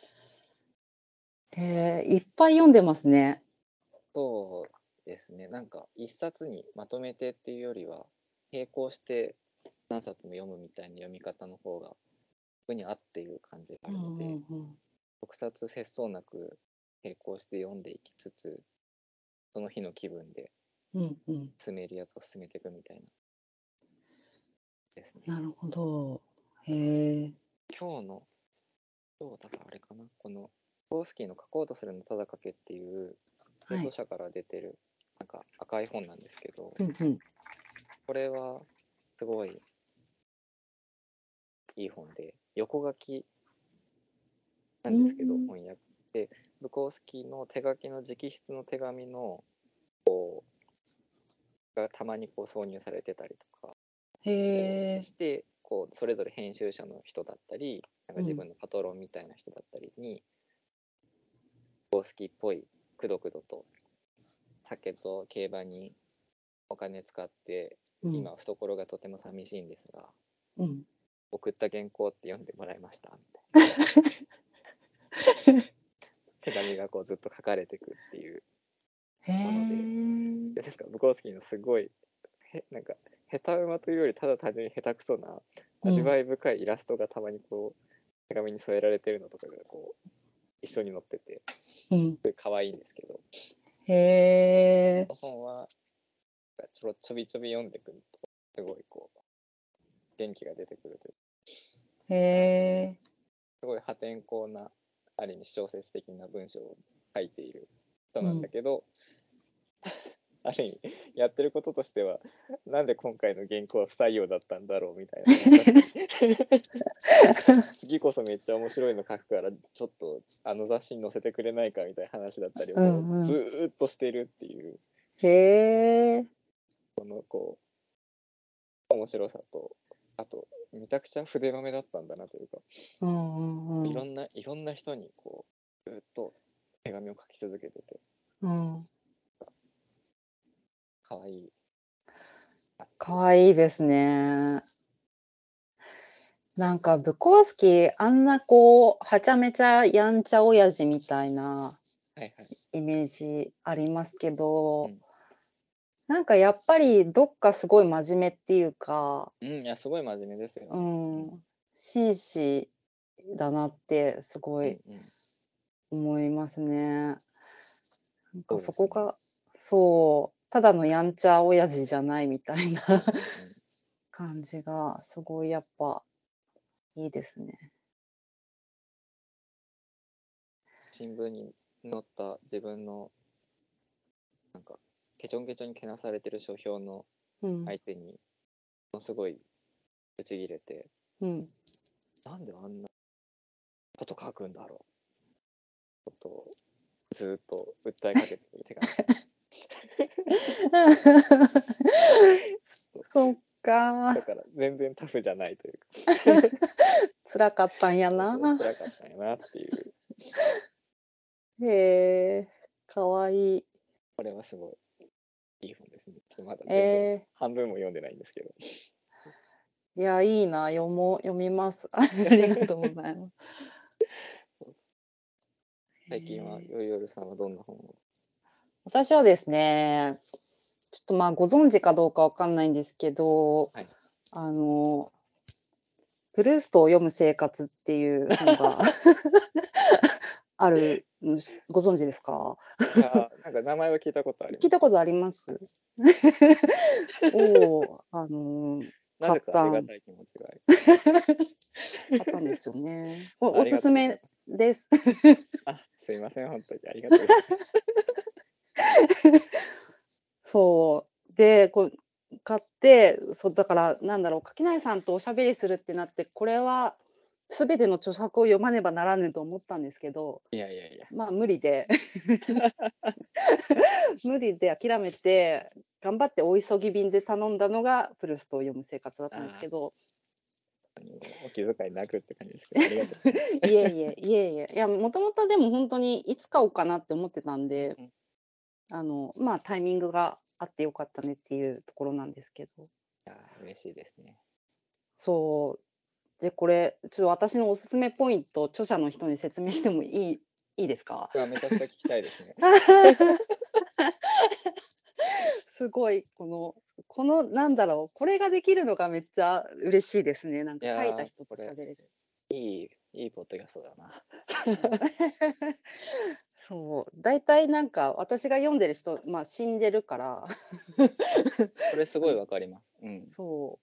へえ、いっぱい読んでますね。 そうですね、なんか一冊にまとめてっていうよりは、並行して何冊も読むみたいな読み方の方が、僕に合っている感じがあうんるので、 うん特撮節操なく並行して読んでいきつつ、その日の気分でうん。うんうん。 進めるやつを進めていくみたいなですね。 なるほど。へえ。 今日だからあれかな、このコースキーの書こうとするのただ書けっていうはい。 著者から出てるなんか赤い本なんですけど、 うんうん。 これはすごいいい本で、横書きなんですけど、翻訳で、 ブコースキーの手書きの直筆の手紙のがたまにこう挿入されてたりとかへえ。 してこうそれぞれ編集者の人だったりなんか自うん。 分のパトロンみたいな人だったりにブコースキーっぽいくどくどと酒と競馬にお金使ってうん。 今懐がとても寂しいんですがうん。 送った原稿って読んでもらいましたみたいな手紙がこうずっと書かれてくっていうへもので、なんかブコースキーのすごいなんか下手馬というよりただ単純に下手くそな味わい深いイラストがたまにこう手紙に添えられてるのとかがこう一緒に載っててうん。 すごい可愛いんですけど、 へえ。 本はちょびちょび読んでくるとすごいこう元気が出てくるというへえ。 すごい破天荒なある意味小説的な文章を書いている人なんだうん。 けど、ある意味やってることとしてはなんで今回の原稿は不採用だったんだろうみたいな次こそめっちゃ面白いの書くからちょっとあの雑誌に載せてくれないかみたいな話だったりをうこんうん。 うずーっとしてるっていうへえ。 こう面白さとあとめちゃくちゃ筆まめだったんだなというかうんうんうん。 いろんな人にこうずっと手紙を書き続けててうん。 可愛いなってかいう。 わいいですね。なんかブコースキー、あんなこう、はちゃめちゃやんちゃ親父みたいなはいはい。 イメージありますけうど、 ん。 なんかやっぱりどっかすごい真面目っていうか、 うん、いや、すごい真面目ですようね。 ん、紳士だなってすごいうんうん。 思いますね。なんかそうですね。 そこが、そう、ただのやんちゃ親父じゃないみたいなうんうんうん。 感じがすごいやっぱいいですね。 新聞に載った自分のなんかケチョンケチョンにけなされてる書評のうん、 相手にものすごいブチギレてうん。 なんであんなこと書くんだろうことをずーっと訴えかけてくる手紙。そうそっか。 だから全然タフじゃないというか辛かったんやそうな。 そう辛かったんやなっていう。 へえ、かわいい。 これはすごいいい本ですね。ちょっとまだ全然え半分も読んでないんですけど。 いや、いいな、読みます。ありがとうございます。 最近はへえ。 よいよるさんはどんな本を？ 私はですね、ちょっと、ご存知かどうかわかんないんですけど、 はい。 あの、プルーストを読む生活っていう本があるご存知ですか？ いやー、なんか名前は聞いたことあります。 聞いたことあります？を、 なぜ買っかありがたい気たんです。 持ちがあり。 買ったんですよね。おありすすめがとうございます。 です。 あ、すいません、本当にありがとうございます。 そう。で、買って、だからなんだろう、垣内さんとおしゃべりするってなって、これは全ての著作を読まねばならぬと思ったんですけど、 いやいやいや。 無理で無理で諦めて、頑張ってお急ぎ便で頼んだのがプルーストを読む生活だったんですあけど、 お気遣いなくって感じですけど、ありがとうございます。 いえいえ、いえいえ、いや、もともとでも本当にいつ買おうかなって思ってたんで、 うんうん、いタイミングがあってよかったねっていうところなんですけど。 や嬉しいですね。 そう。で、これ、ちょっと私のおすすめポイント、著者の人に説明してもいいですか？ うわ、めちゃくちゃ聞きたいですね。 すごい、このなんだろう、これができるのがめっちゃ嬉しいですね。なんか書いたいやー、 人とこれ、 喋れる。 いいポッドキャストだな。 そう。そう、大体なんか私が読んでる人、死んでるからそれすごいあの、 わかります。うん。すそう、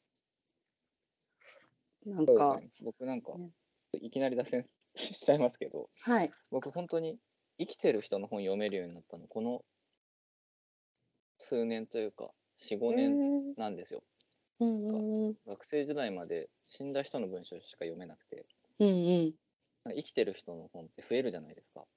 なんか、 ごいわかります。僕なんか、 ね、 いきなり脱線しちゃいますけど、 はい。 僕本当に生きてる人の本読めるようになったの、この数年というか、4、 へ 5年え。 なんですよ。 うんなんかうんうん。 学生時代まで死んだ人の文章しか読めなくて、 うんうん。 なんか生きてる人の本って増えるじゃないですか。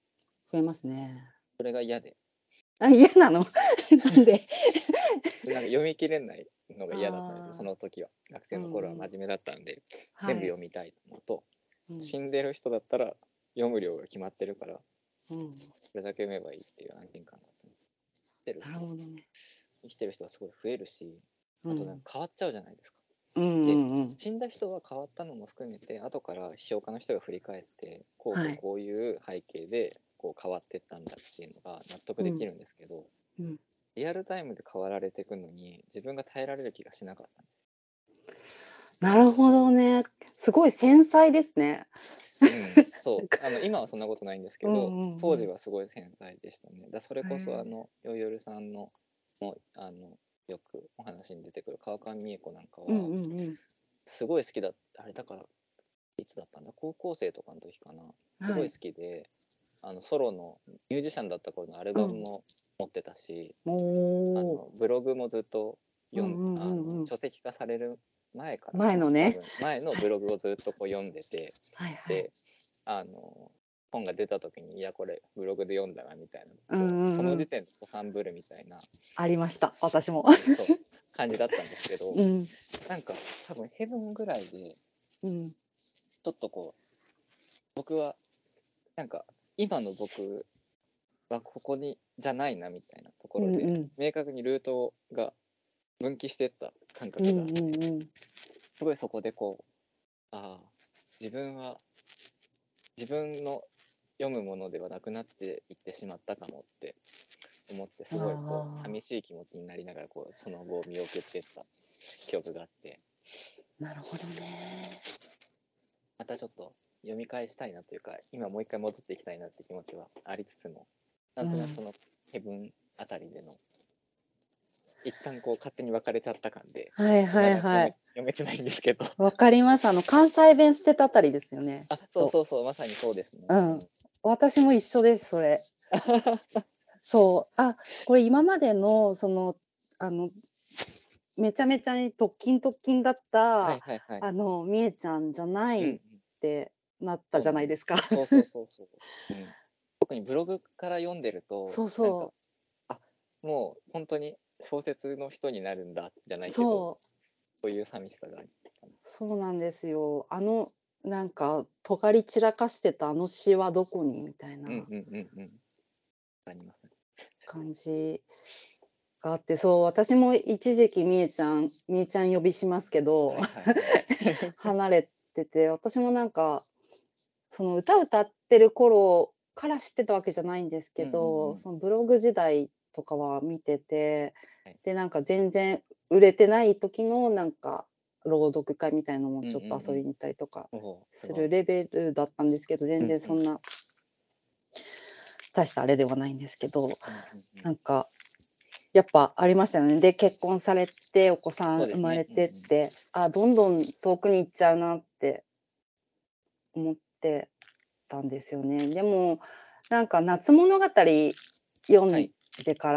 増えますね。 それが嫌で、 あ、嫌なの？なんで？ なんか読み切れないのが嫌だったんですよ、そああ、 の時は。学う生の頃はんうん。 真面目だったんで、全はい。 部読みたいのと、 うん、 死んでる人だったら読む量が決まってるから、 うん。 それだけ読めばいいっていう安心感があって、 なるほどね。 生きてる人はすごい増えるし、あとなんうん。 か変わっちゃうじゃないですか。 うんうで、 んうん。 死んだ人は変わったのも含めて、後から批評家の人が振り返って、こうこはい。 うこういう背景でこう変わってったんだっていうのが納得うん、 できるんですけど、 うん。 リアルタイムで変わられていくのに自分が耐えられる気がしなかったんでなるほどね。すごい繊細ですね。 す。うん、 なんか、 そう。今はそんなことないんですけど、 うんうんうん。 当時はすごい繊細でしたね。それへこそえ。 よよるさんの、もよくお話に出てくる川上美恵子なんかうんは、 うんうん。 すごい好きだった。あれだから、いつだったんだ、高校生とかの時かな。すごいはい。 好きで、ソロのミュージシャンだった頃のアルうん。 バムも持ってたし、 おお。 ブログもずっとうんうんうんうん。 書籍化される前からかな、 前のね。 多分前のはい。 ブログをずっとこう読んでて、 はいはい。 で、あの本が出た時に、いや、これブログで読んだなみたいな、 うんこうそうんうん。 の時点でおさんぶるみたいな、 ありました、私も。 そう感じだったんですけど、 うん、 なんか多分ヘブンぐらいで、 うん。 ちょっとこう、僕はなんか今の僕はここにじゃないなみたいなところで、 うんうん。 明確にルートが分岐していった感うんうん覚があって、 うん。 すごいそこでこう、ああ、自分は自分の読むものではなくなっていってしまったかもって思って、すごいこうああ、 寂しい気持ちになりながらこうその後を見送っていった記憶があって、 なるほどね。 またちょっと読み返したいなというか、今もう一回戻っていきたいなって気持ちはありつつも、なうん。 んとなくそのヘブンあたりでの一旦こう勝手に別れちゃった感で、 はいまだはいはい。 読めてないんですけど、 わかります。関西弁捨てたあたりですよね、 あ、 きっと。 そうそうそう、まさにそうですね。 うん。私も一緒です、それ。そう。これ今までのあの、めちゃめちゃに特勤だっはいた、 はいはい。 みえちゃんじゃないっうんうん。 てなったじゃそうなんです。 ないですか。 そうそうそうそう。うん。特にブログから読んでると、 そうなんか、 そあ、もう本当に小説の人になるんだじゃなう。 いけど、 そう。 そういう寂しさがあったな。 そうなんですよ。なんか、尖り散らかしてたあの詩はどこにみたいなうんうんうんうん。あります。 感じがあって、そう、私も一時期みえちゃん呼びしますけど、 はいはいはい。 離れてて、私もなんか、その歌歌ってる頃から知ってたわけじゃないんですうんうんうけど、 ん。 そのブログ時代とかは見てて、 はい。 で、なんか全然売れてない時のなんか、朗読会みたいのもうんうんちょっとうん。 遊びに行ったりとかおお、すごい。 するレベルだったんですけど、全うんうん。 然そんな大したあれではないんですけど、 うんうんうん。 なんか、やっぱありましたよね。で、結婚されて、お子さんそうですね。 生まれうんうん。 てって、どんどん遠くに行っちゃうなって思ってたんですよね。でも、なんか夏物語読んはい。 でから、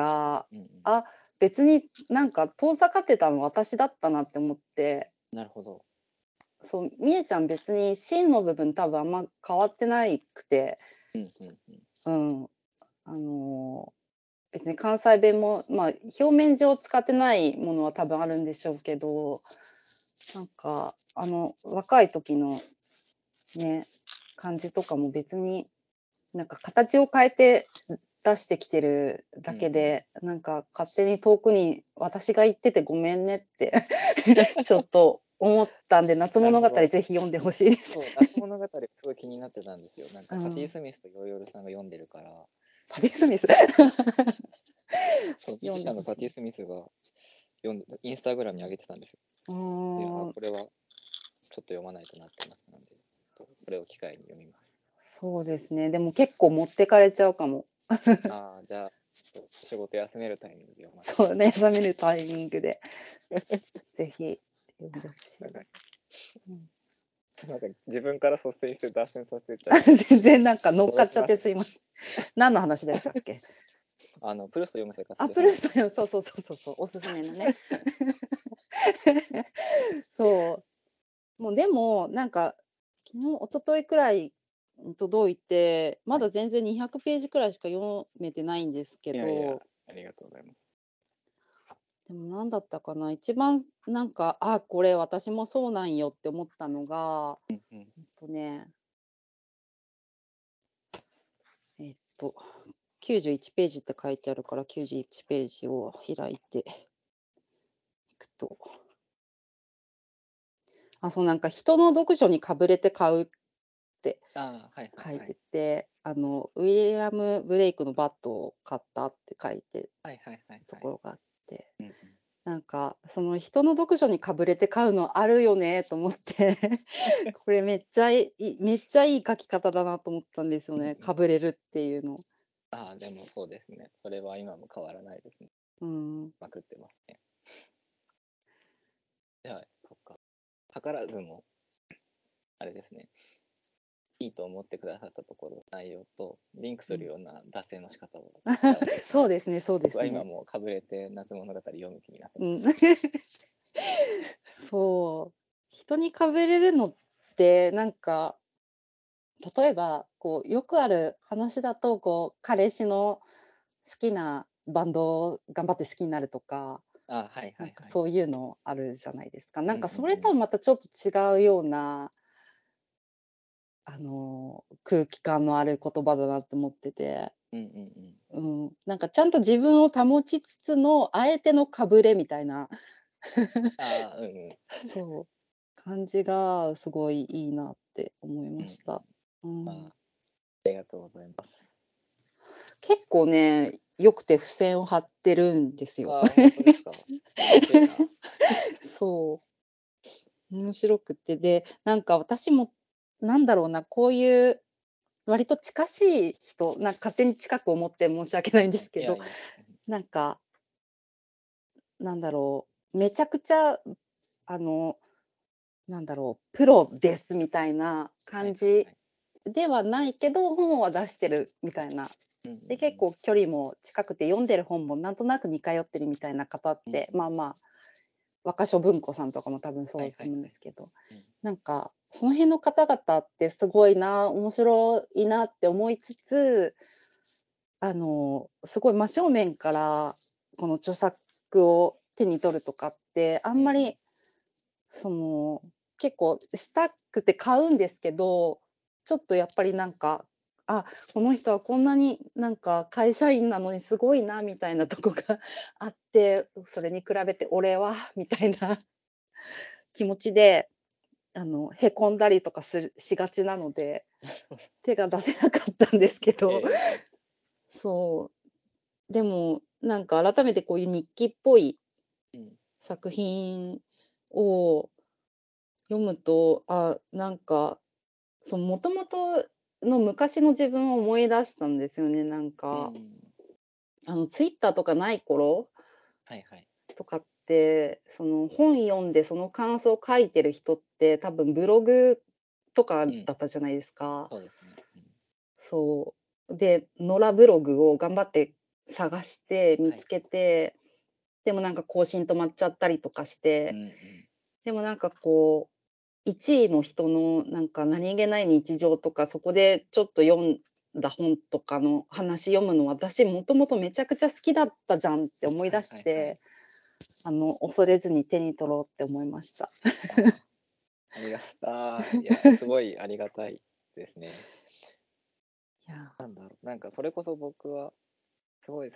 うんうん。 あ、別になんか遠ざかってたの私だったなって思って、 なるほど。 そう、みえちゃん別に芯の部分多分あんま変わってないくて、 うんうんうん。 うん、あの、別に関西弁も、表面上使ってないものは多分あるんでしょうけど、なんか、若い時のね、感じとかも別に、なんか形を変えて出してきてるだうんうん。 けで、なんか勝手に遠くに私が行っててごめんねってちょっと思ったんで、夏物語なるほど。 ぜひ読んでほしいです。 そう、夏物語すごい気になってたんですよ。なんか、パティ・うん。 スミスとヨーヨルさんが読んでるから、 パティ・スミスそう、ミュー読ジんでほしい。 シャンのパティ・スミスがインスタグラムに上げてたんですよ。 うで、 ーん、 これはちょっと読まないとなってましたので、これを機会に読みます。 そうですね。でも結構持ってかれちゃうかも。 じゃあ、仕事休めるタイミングで読ませて。 そうね、冷めるタイミングでぜひ読んでほしい。 なんか、 うん。 なんか自分から率先して脱線させちゃって、 全然なんか乗っかっちゃっ戻しますね。 てすいません。何の話でしたっけ？ プルスト読む生活ってプル本ですね。 ーストよ、そうそうそうそうそう、おすすめのね。そう。もうでも、なんか、一昨日くらい届いて、まはい。 だ全然200ページくらいしか読めてないんですけいやいや、 ど、 ありがとうございます。 でも何だったかな、一番なんか、あ、これ私もそうなんよって思ったのが、 うんうん。 ね、えっと、91ページって書いてあるから、91ページを開いていくと、そう、なんか人の読書にかぶれて買うってああ、はいはい書いてはい。 て、ウィリアム・ブレイクのバットを買ったって書いてるはいはいはいはい。 ところがあって、 うんうん。 なんか、その人の読書にかぶれて買うのあるよねと思って、これめっちゃいい書き方だなと思ったんですよね。 うんうん。 かぶれるっていうの。 ああ、でもそうですね。それは今も変わらないですね。 うん。 まくってますね。じゃあ、そっか。図らずも、あれですね。いいと思ってくださったところ、内容とリンクうん。 するような脱線の仕方をしたわけですね。 そうですねそうで僕はすね。 今もうかぶれて夏物語読む気になってます。 うん。そう。人にかぶれるのって、なんか、例えば、こう、よくある話だと、こう、彼氏の好きなバンドを頑張って好きになるとか、 あ、はいはなんかいはい。 そういうのあるじゃないですか。なうんんかそれうんうん。 とはまたちょっと違うような、空気感のある言葉だなって思ってて、 うんうんうん。 うん、なんかちゃんと自分を保ちつつの、あえてのかぶれみたいな、 ああ、うんうん。 そう、感じがすごいいいなって思いうんうん。 ました。うまあ、 ん。 ありがとうございます。 結構ね、よくて付箋を貼ってるんですよ。 ああ、本当ですか。面白いな。 そう、面白くて、で、なんか私も、なんだろうな、こういう割と近しい人、なんか勝手に近く思って申し訳ないんですけど、 いやいや。 なんか、なんだろめちゃくちゃ、あの、なんだろプロですみたいなはい感じはいはい。 ではないけど、本は出してるみたいな。 うんうんで、結構距離も近くて、読んでる本もなんとなく似通ってるみたいな方っうん。うんうて、 ん。 まあまあ、若書文庫さんとかも多分そうだと思うんはいはいはい。 ですけど、 うん。 なんか、その辺の方々ってすごいな、面白いなって思いつつ、すごい真正面からこの著作を手に取るとかって、あうんうん。 んまり、その、結構したくて買うんですけど、ちょっとやっぱりなんか、あ、この人はこんなになんか会社員なのにすごいなみたいなとこがあって、それに比べて俺はみたいな気持ちで、へこんだりとかしがちなので、手が出せなかったんですけえど、 えええ。 そう、でも、なんか改めてこういう日記っぽいうん。 作品を読むと、なんか、もともとの昔の自分を思い出したんですよね。なんか、 うん。 ツイッターとかない頃はいはい。 とかって、本読んでその感想を書いてる人って、多分ブログとかうん。 だったじゃないですか。 そうですね。うん。 そう。で、野良ブログを頑張って探して見はい。 つけて、でもなんか更新止まっちゃったりとかしうんて、 うん。 でもなんかこう、1位の人のなんか何気ない日常とか、そこでちょっと読んだ本とかの話読むの、私もともとめちゃくちゃ好きだったじゃんって思いはい出しはいはい。 て、恐れずに手に取ろうって思いました。 ああ、いや、すごいありがたいですね。 いや、 なんだろう、なんかそれこそ僕は、すごい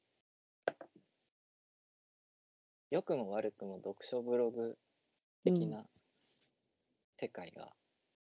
良くも悪くも読書ブログうん、 的な世界が、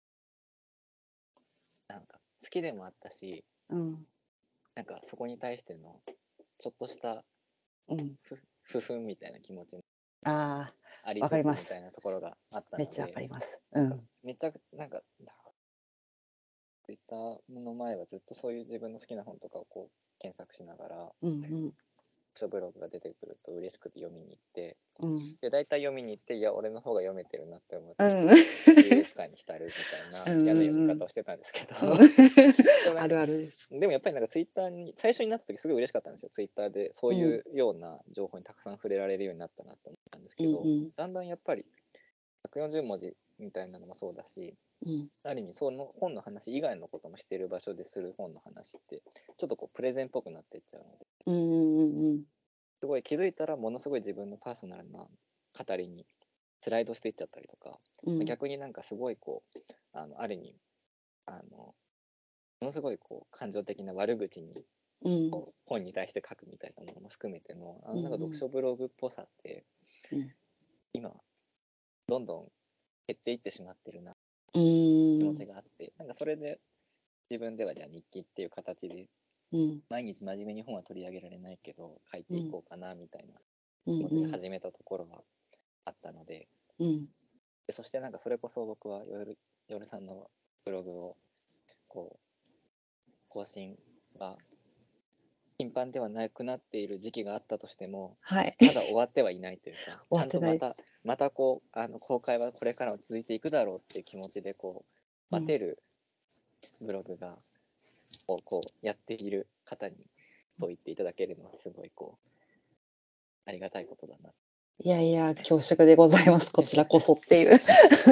なんか好きでもあったし、 うん、 なんかそこに対してのちょっとしたうん。 不憤みたいな気持ちもああ、 ありわかつつみたります。 いなところがあっためっちゃわかので、 ります。 なんかうん。 めちゃくなんかツイッターの前はずっとそういう自分の好きな本とかをこう検索しながらうんうん、 読書ブログが出てくると嬉しくて読みに行って、 うん。 で大体読みに行って、いや俺の方が読めてるなって思うとうん。 優越感に浸るみたいなうん嫌な読みうんうん。 方をしてたんですけど、 うん。 でもなんかあるあるです。 でもやっぱりなんかツイッターに最初になった時すごい嬉しかったんですよ。ツイッターでそううん。 いうような情報にたくさん触れられるようになったなって思ったんですうんうけど、 ん。 だんだんやっぱり 140文字みたいなのもそうだし、 うんある意味その本の話以外のこともしている場所でする本の話ってちょっとこうプレゼンっぽくなっていっちゃうので、 うんうんうんすごい気づいたらものすごい自分のパーソナルな語りにスライドしていっちゃったりとか、 うん逆になんかすごいこうある意味ものすごいこう感情的な悪口にうんこう本に対して書くみたいなものも含めてのうんなんか読書ブログっぽさってうん今どんどん減っていってしまってるなうん気持ちがあって、なんかそれで自分ではじゃあ日記っていう形でうん毎日真面目に本は取り上げられないけど書いていこうかなみたいなうん気持ちで始めたところはあったので、 うんそしてなんかそれこそ僕は夜さんのブログをこう更新が頻繁ではなくなっている時期があったとしてもはいまだ終わってはいないというか終わちゃんとってない。 またこう公開はこれからも続いていくだろうっていう気持ちでこう待てるブログがこうやっている方にそう言っていただけるのはすごいこうありがたいことだな。 いやいや、恐縮でございます。こちらこそっていう。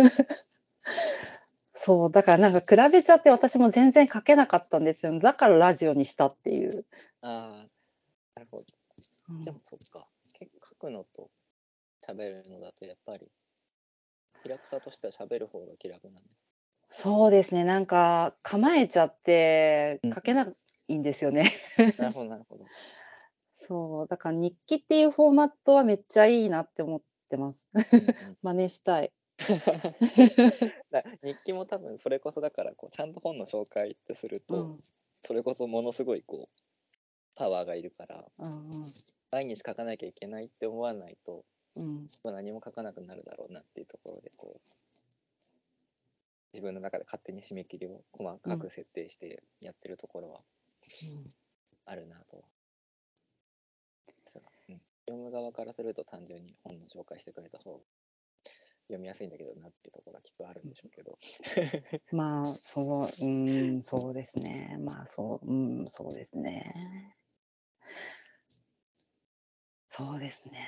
そう、だからなんか比べちゃって私も全然書けなかったんですよ。だからラジオにしたっていう。 ああ、なるほど。 うんでもそっか。書くのと喋るのだとやっぱり気楽さとしては喋る方が気楽なんでそうですね、なんか構えちゃってす。 書けないんですよね。 なるほど、なるほど。 そう、だから日記っていうフォーマットはめっちゃいいなって思ってます。 うんうん真似したい。 日記も多分それこそだからこうちゃんと本の紹介ってすると、 うんそれこそものすごいこうパワーがいるからうん毎日書かなきゃいけないって思わないとうん何も書かなくなるだろうなっていうところでこう自分の中で勝手に締め切りを細かく設定してやってるところはうんあるなと。読む側からすると単純に本の紹介してくれた方が読みやすいんだけどなっていうところはきっとあるんでしょうけど。 まあ、そうですね。まあ、そうですね。そうですね。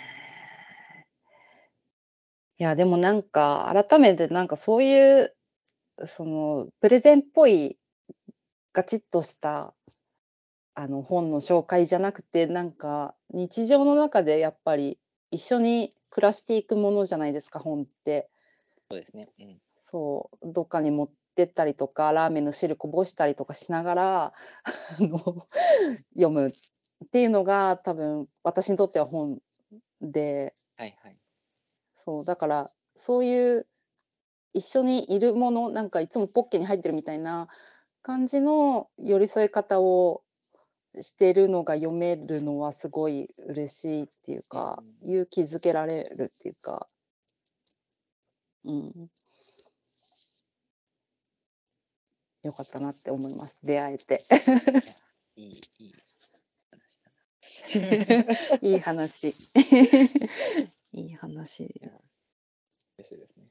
いや、でもなんか、改めてなんかそういう、プレゼンっぽいガチッとした、本の紹介じゃなくて、なんか、日常の中でやっぱり一緒に暮らしていくものじゃないですか、本って。 そうですね。うん。 そう、どっかに持ってったりとか、ラーメンの汁こぼしたりとかしながら、読むっていうのが多分私にとっては本で、 はいはい。 そう、だから、そういう一緒にいるもの、なんかいつもポッケに入ってるみたいな感じの寄り添い方をしてるのが読めるのはすごい嬉しいっていううんか、勇気づけられるっていうか、うん、良かったなって思います、出会えて。 いや、いいいい話。いい話。 いや、嬉しいですね。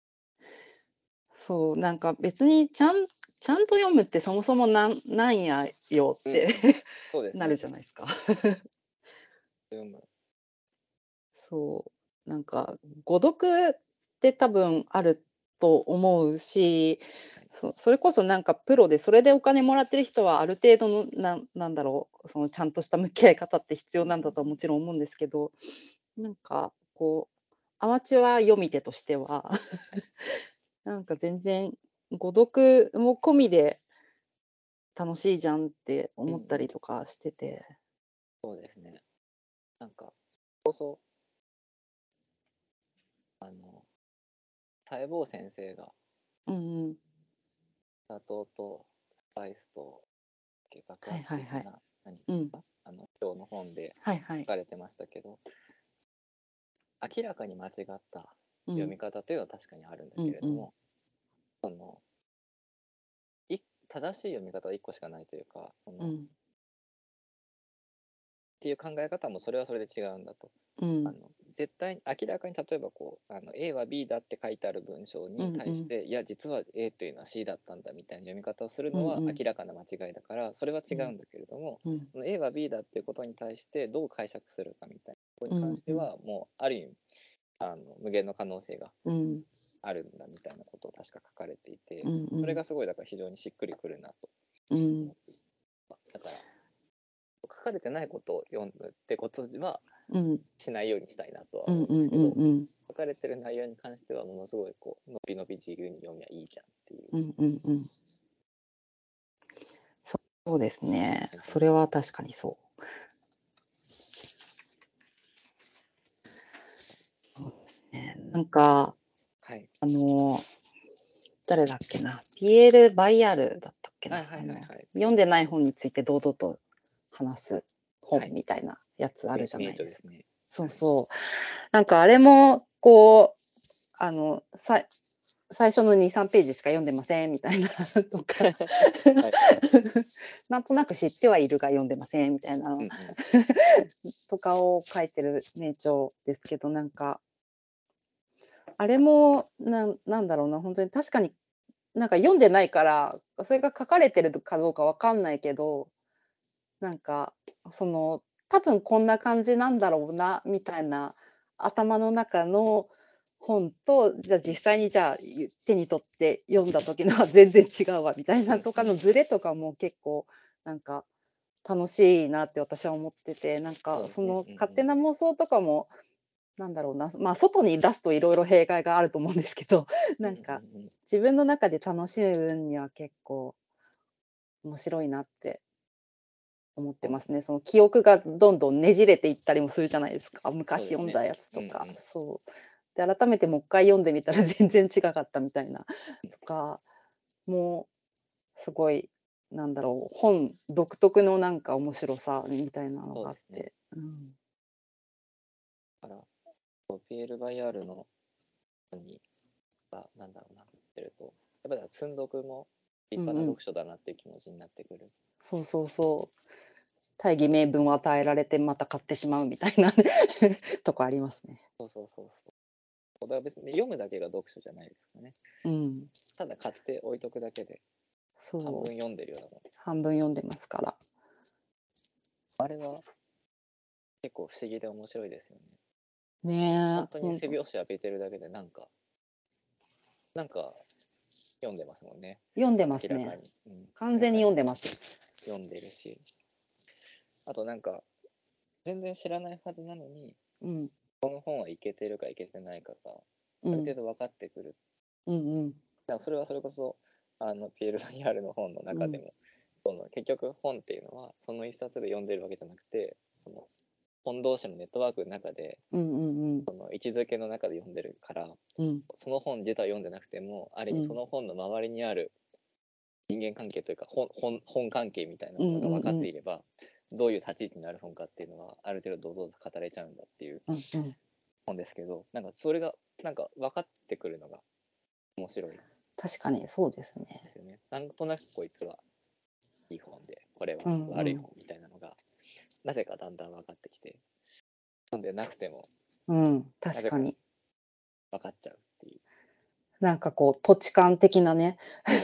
そう、なんか別にちゃんと読むってそもそもなんやよってそうですね。 なるじゃないですか。 読む。 そう、なんか誤読って多分あると思うし、それこそなんかプロでそれでお金もらってる人はある程度のなんだろう、そのちゃんとした向き合い方って必要なんだとはもちろん思うんですけど、なんかこう、アマチュア読み手としてはなんか全然誤読も込みで楽しいじゃんって思ったりとかしてて。 そうですね。なんか、こそ、細胞先生がうんうん。 砂糖とスパイスと爆はい発はいはい。 的な何うん。 か今日の本ではいはい。 書かれてましたけど、明らかに間違った読みうん。 方というのは確かにあるんだうんうん。 けれども、正しい読み方は1個しかないというか、 うん。 っていう考え方もそれはそれで違うんだと。 うん。 絶対に明らかに例えばこうA は B だって書いてある文章にうんうん。 対して、いや実は A というのは C だったんだみたいな読み方をするのはうんうん。 明らかな間違いだからそれは違うんだけれども、 うん。 その A は B だっていうことに対してどう解釈するかみたいなことに関してうんうん。 はもうある意味無限の可能性がうん。 あるんだみたいなことを確か書かれていて、 うんうんそれがすごいだから非常にしっくりくるなとうん思っていた。だから書かれてないことを読むってことはうんしないようにしたいなとはうんうん思うんですけど、 うん書かれてる内容に関してはものすごいこうのびのび自由に読みゃいいじゃんっていう。 うんうんうん。そうですね。それは確かにそう。そうですね。なんかはい。 誰だっけな、ピエール・バイヤールだったっけな、 はいはいはいはい。 読んでない本について堂々と話すはい本みたいなやつあるじゃないですか。 名著ですね。 そうそう。なんかあれもこう最初の2、3ページしか読んでませんみたいなとか、 はいなんとなく知ってはいるが読んでませんみたいなうんうんとかを書いてる名著ですけど、なんかあれもなんだろうな、本当に確かになんか読んでないから、それが書かれてるかどうかわかんないけど、なんか多分こんな感じなんだろうなみたいな頭の中の本と、じゃあ実際にじゃあ手に取って読んだ時のは全然違うわみたいなとかのズレとかも結構なんか楽しいなって私は思ってて、なんかその勝手な妄想とかもなんだろうな、まあ外に出すといろいろ弊害があると思うんですけど、なんか自分の中で楽しむ分には結構面白いなって思ってますね。その記憶がどんどんねじれていったりもするじゃないですか。昔読んだやつとか。そう。で、改めてもう一回読んでみたら全然違かったみたいなとか、もうすごい、なんだろう、本独特のなんか面白さみたいなのがあって。 だからピエール・バイヤールの本になんだろうなってると、やっぱり積んどくも立派な読書だなっていう気持ちになってくる。 そうそうそう。大義名分を与えられてまた買ってしまうみたいなとこありますね。 そうそうそうそう。だから別に読むだけが読書じゃないですかね。 うん。 ただ買って置いとくだけで半分読んでるようなもん。 半分読んでますから。 あれは結構不思議で面白いですよね。 ねえ。 本当に背拍子浴びてるだけでなんか読んでますもんね。 読んでますね。完全に読んでます。 読んでるし、あとなんか全然知らないはずなのに、この本はいけてるかいけてないかがある程度分かってくる。だからそれはそれこそピエール・バイヤールの本の中でも、結局本っていうのはその一冊で読んでるわけじゃなくて、その本同士のネットワークの中で、その位置づけの中で読んでるから、その本自体読んでなくてもある意味その本の周りにある人間関係というか本関係みたいなものが分かっていれば、どういう立ち位置になる本かっていうのはある程度堂々と語れちゃうんだっていう本ですけど、なんかそれがなんか分かってくるのが面白い。 確かにそうですね。 ですよね。なんとなくこいつはいい本でこれは悪い本みたいなのが、なぜかだんだん分かってきて、読んでなくても確かに分かっちゃうっていう。 なんかこう土地感的なね。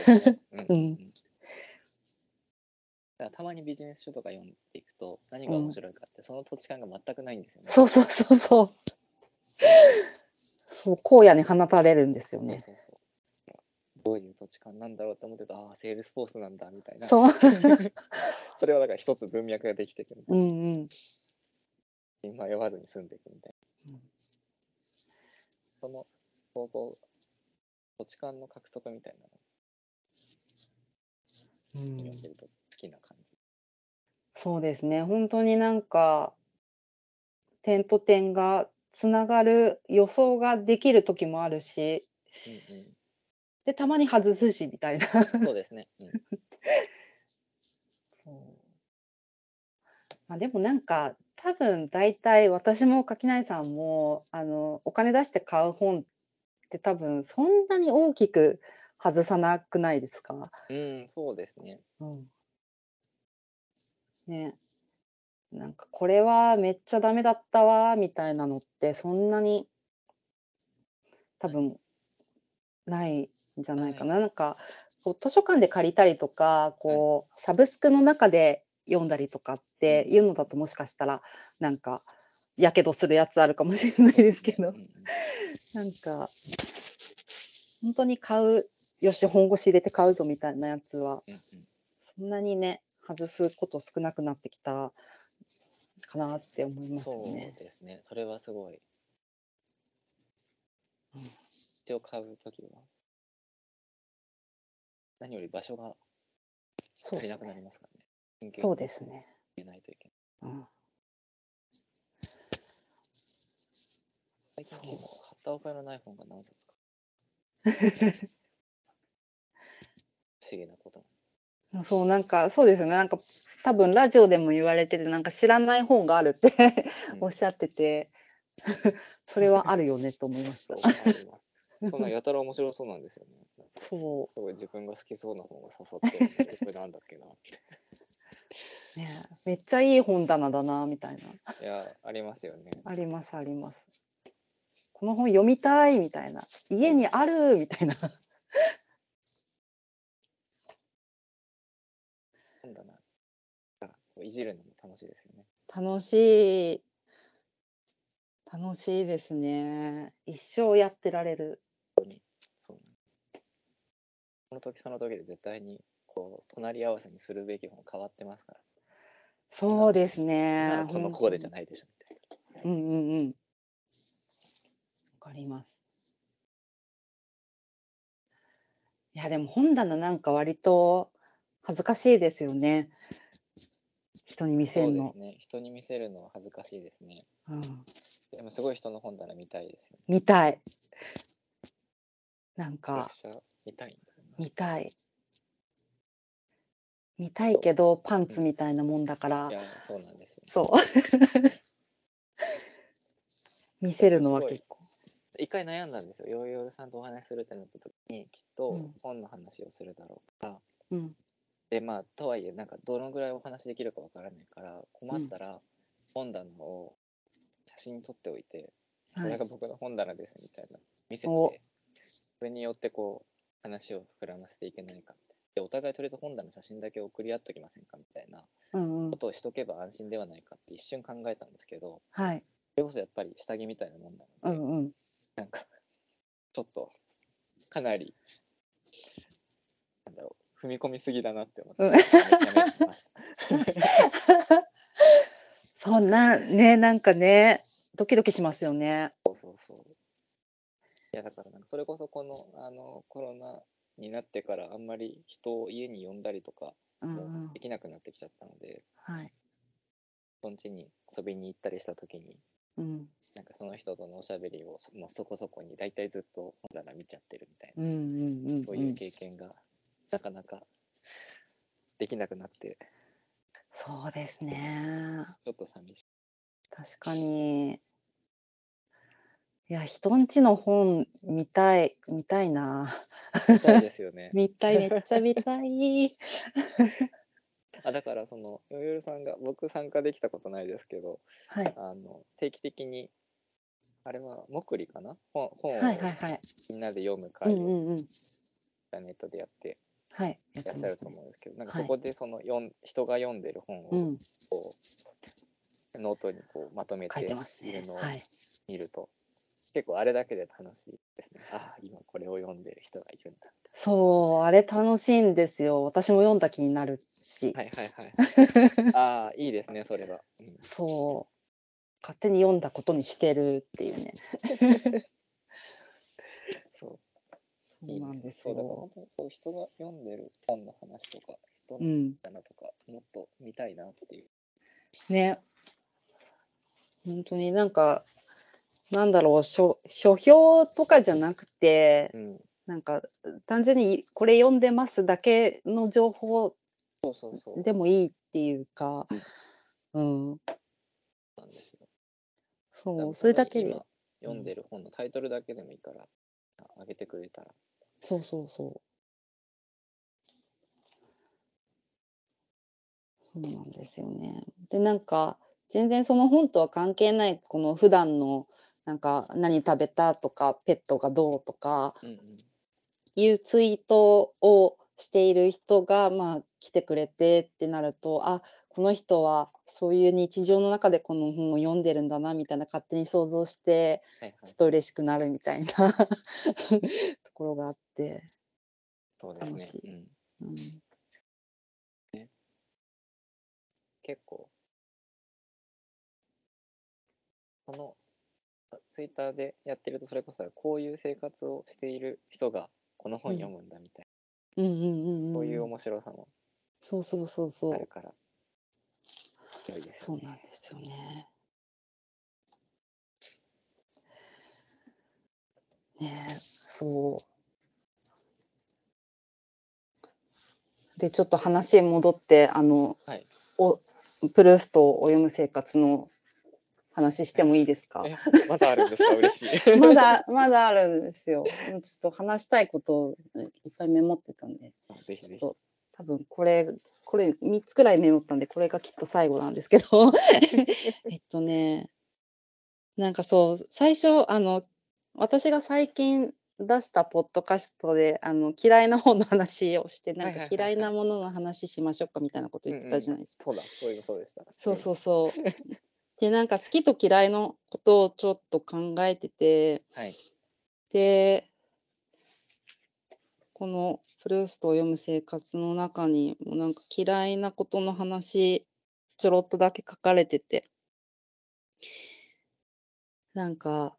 だからたまにビジネス書とか読んでいくと何が面白いかって、その土地感が全くないんですよね。 そうそうそうそう。そう荒野に放たれるんですよね。 どういう土地感なんだろうと思ってた、セールスフォースなんだみたいな。 そう。 それはだから一つ文脈ができてくるみたいな。迷わずに済んでいくみたいな。その土地感の獲得みたいなのを読んでると好きな感じ。 そうですね。本当になんか点と点がつながる予想ができる時もあるし、でたまに外すしみたいな。 そうですね。 まあ、でもなんか多分大体私も垣内さんもお金出して買う本って多分そんなに大きく外さなくないですか？ そうですね。 ね。なんかこれはめっちゃダメだったわみたいなのってそんなに多分ないんじゃないかな。なんかこう図書館で借りたりとかこうサブスクの中で読んだりとかっていうのだともしかしたらなんかやけどするやつあるかもしれないですけど、なんか本当に買う、よし、本腰入れて買うぞみたいなやつは、 うんうん。 そんなにね、外すこと少なくなってきたかなって思いますよそうね。 ですね。それはすごい。 うん一応買うときは、何より場所がそうです足りなくなりね。 ますからね。緊急そうにですね。 入れないといけない。 うん、 最近そ結構買った覚えのない本が何冊か。不思議なことなんう。そう、なんか、そうですよね。なんか、多分ラジオでも言われてて、なんか知らない本があるってうんおっしゃってて、それはあるよねと思いました。 そう、あります。そんなやたら面白そうなんですよね。なんかそすごい自分が好きそうな本が刺さってるんで、これなんだっけなって。 う。ねえ、めっちゃいい本棚だな、みたいな。 いや、ありますよね。 あります、あります。この本読みたい、みたいな。家にある、みたいな。 本だな。こういじるのも楽しいですよね。 楽しい。楽しいですね。一生やってられる。 そうその時その時で絶対にこう隣り合わせにするべき本変わってますから。 そうです今ね。 のこのコーデじゃないでしょみたいな。 うんうんうん。わかります。いや、でも本棚なんか割と恥ずかしいですよね。人に見せるの。 そうですね。人に見せるのは恥ずかしいですね。 うん、 でもすごい人の本棚見たいですよね。 見たい。なんめちゃかくちゃ見たいんだよな。 見たい。見たいけどパンツみたいなもんだからい、や、そうなんですよね。 そう。見せるのは結構。 一回悩んだんですよ。ヨーヨーさんとお話しするってなった時に、きっと本の話をするだろうから。 うん。 で、まあ、とはいえ、なんかどのぐらいお話できるかわからないから、困ったら本棚を写真撮っておいて、これが僕の本棚ですみたいな見せおて、それによってこう話を膨らませていけないかみたいな。で、お互いとりあえず本棚の写真だけ送り合っときませんかみたいなうんうん。 ことをしとけば安心ではないかって一瞬考えたんですけど、 はい。 それこそやっぱり下着みたいなもんなので、 うんうん。 なんかちょっとかなりなんだろう踏み込みすぎだなって思ってうんやめました。 そんなね、なんかね、ドキドキしますよね。 そうそうそう。いやだからなんかそれこそこのコロナになってからあんまり人を家に呼んだりとかもうんうん。 できなくなってきちゃったので、 はい。 その家に遊びに行ったりした時にうん。 なんかその人とのおしゃべりをもうそこそこに大体ずっと本棚見ちゃってるみたいな、 うんうんうんそういう経験がなかなかできなくなってそうですね。 ちょっと寂しい。 確かに。いや、人んちの本見たいな。 みたいですよね。 見たい、めっちゃ見たい。 あ、だからそのよよるさんが僕参加できたことないですけど、 はい。 定期的にあれはもくりかな、本をはいはいはい。 みんなで読むう会をインんうんうん。 ターネットでやってはい。やっいらっしゃるてますね。 と思うんですけど、なんかはい。 そこでその人が読んでる本をうん。 こうノートにこうまとめ書いててますね。 いるのをはい。 見ると、結構あれだけで楽しいですね。ああ、今これを読んでる人がいるんだ。 そう、あれ楽しいんですよ。私も読んだ気になるし。 はいはいはい。ああ、いいですね、それは。うん、 そう。勝手に読んだことにしてるっていうね。 そう、 そうなんですそう、だからよ。 本当にそう人が読んでる本の話とか、人のうん。 棚とか、もっと見たいなっていう。 ね。本当になんか、なんだろう、書評とかじゃなくて、 うん、 なんか単純にこれ読んでますだけの情報そうそうそう。 でもいいっていうか、うん、 なんですよ。だかそう、それら本当だけで、 に今読んでる本のタイトルだけでもいいから、あげてくれたら。 そうそうそう、そうなんですよね。で、なんか全然その本とは関係ない、この普段のなんか何食べたとか、ペットがどうとかうんうん。 いうツイートをしている人が、まあ、来てくれてってなると、あ、この人はそういう日常の中でこの本を読んでるんだなみたいな勝手に想像して、 はいはい。 ちょっと嬉しくなるみたいなところがあって、 そうです楽しい。 ね。 うん。 ね、結構、このツイッターでやってると、それこそこういう生活をしている人がこの本読むんだみたいうんうんうんな、そういううん。 面白さもそうそうそうあそう。 るから、良いですそうよね。 なんですよね。ねえ、そう。で、ちょっと話戻って、 はい。 プルーストを読む生活の話してもいいですか？ まだあるんですか？嬉しい。 まだあるんですよ。ちょっと話したいことをいっぱいメモってたんで、 ぜひぜひ。 ちょっと多分これ3つくらいメモったんで、これがきっと最後なんですけど、なんかそう、最初私が最近出したポッドキャストで、嫌いな本の話をして、なんか嫌いなものの話しましょうかみたいなこと言ってたじゃないですか。 そうだ、そういえばそうでした。 そうそうそう。で、なんか好きと嫌いのことをちょっと考えてて、 はい。 で、このプルーストを読む生活の中にもなんか嫌いなことの話、ちょろっとだけ書かれてて、なんか、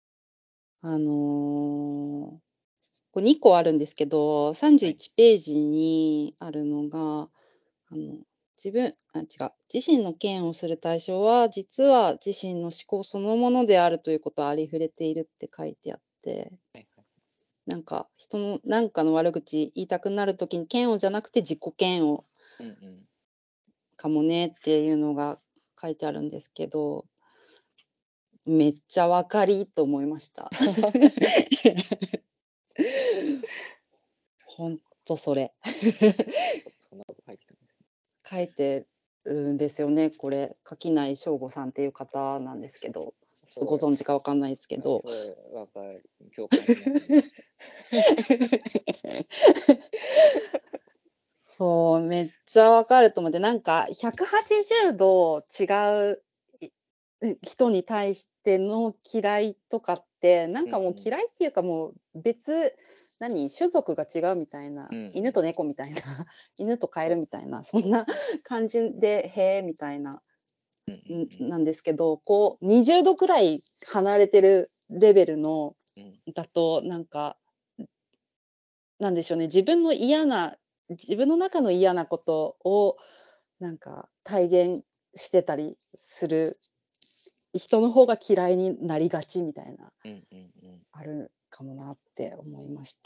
これ2個あるんですけど、31ページにあるのが、違う、自身の嫌悪をする対象は、実は自身の思考そのものであるということをありふれているって書いてあって、 はいなんか人のなんかの悪口言いたくなるときに嫌悪じゃなくて自己嫌悪うんうん。 かもねっていうのが書いてあるんですけど、めっちゃわかりと思いました。ほんとそれ。 そんなこと書いてたんです。 書いてるんですよね、これ。垣内翔吾さんっていう方なんですけど、ちょっとご存知かわかんないですけど。 すごいわかる。共感しますね。 そう、めっちゃわかると思って、なんか180度違う人に対しての嫌いとかって、なんかもう嫌いっていうかもう種族が違うみたいな、犬と猫みたいな、犬とカエルみたいな、そんな感じで、へえみたいな、なんですけど、こう20度くらい離れてるレベルのだと、なんか、なんでしょうね、自分の中の嫌なことを、なんか体現してたりする人の方が嫌いになりがちみたいな、あるかもなって思いました。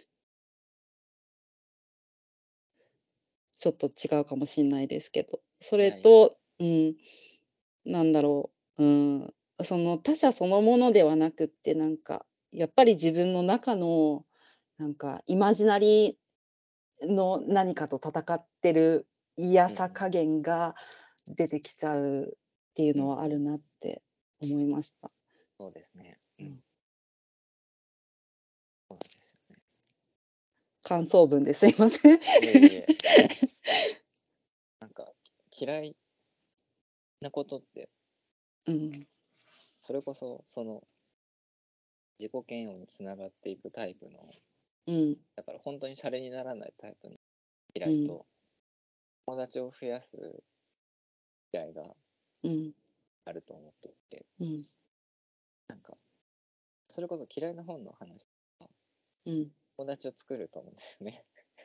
ちょっと違うかもしんないですけど。それと、なんだろう、その他者そのものではなくって、なんか、やっぱり自分の中の、なんかイマジナリーの何かと戦ってる嫌さ加減が出てきちゃうっていうのはあるなって思いました。 そうですね。そうなんですよね。 感想文ですいません。 なんか嫌いなことって、それこそその自己嫌悪につながっていくタイプの、だから本当にシャレにならないタイプの嫌いと、友達を増やす嫌いがあると思っていて、なんかそれこそ嫌いな本の話とか、友達を作ると思うんですね。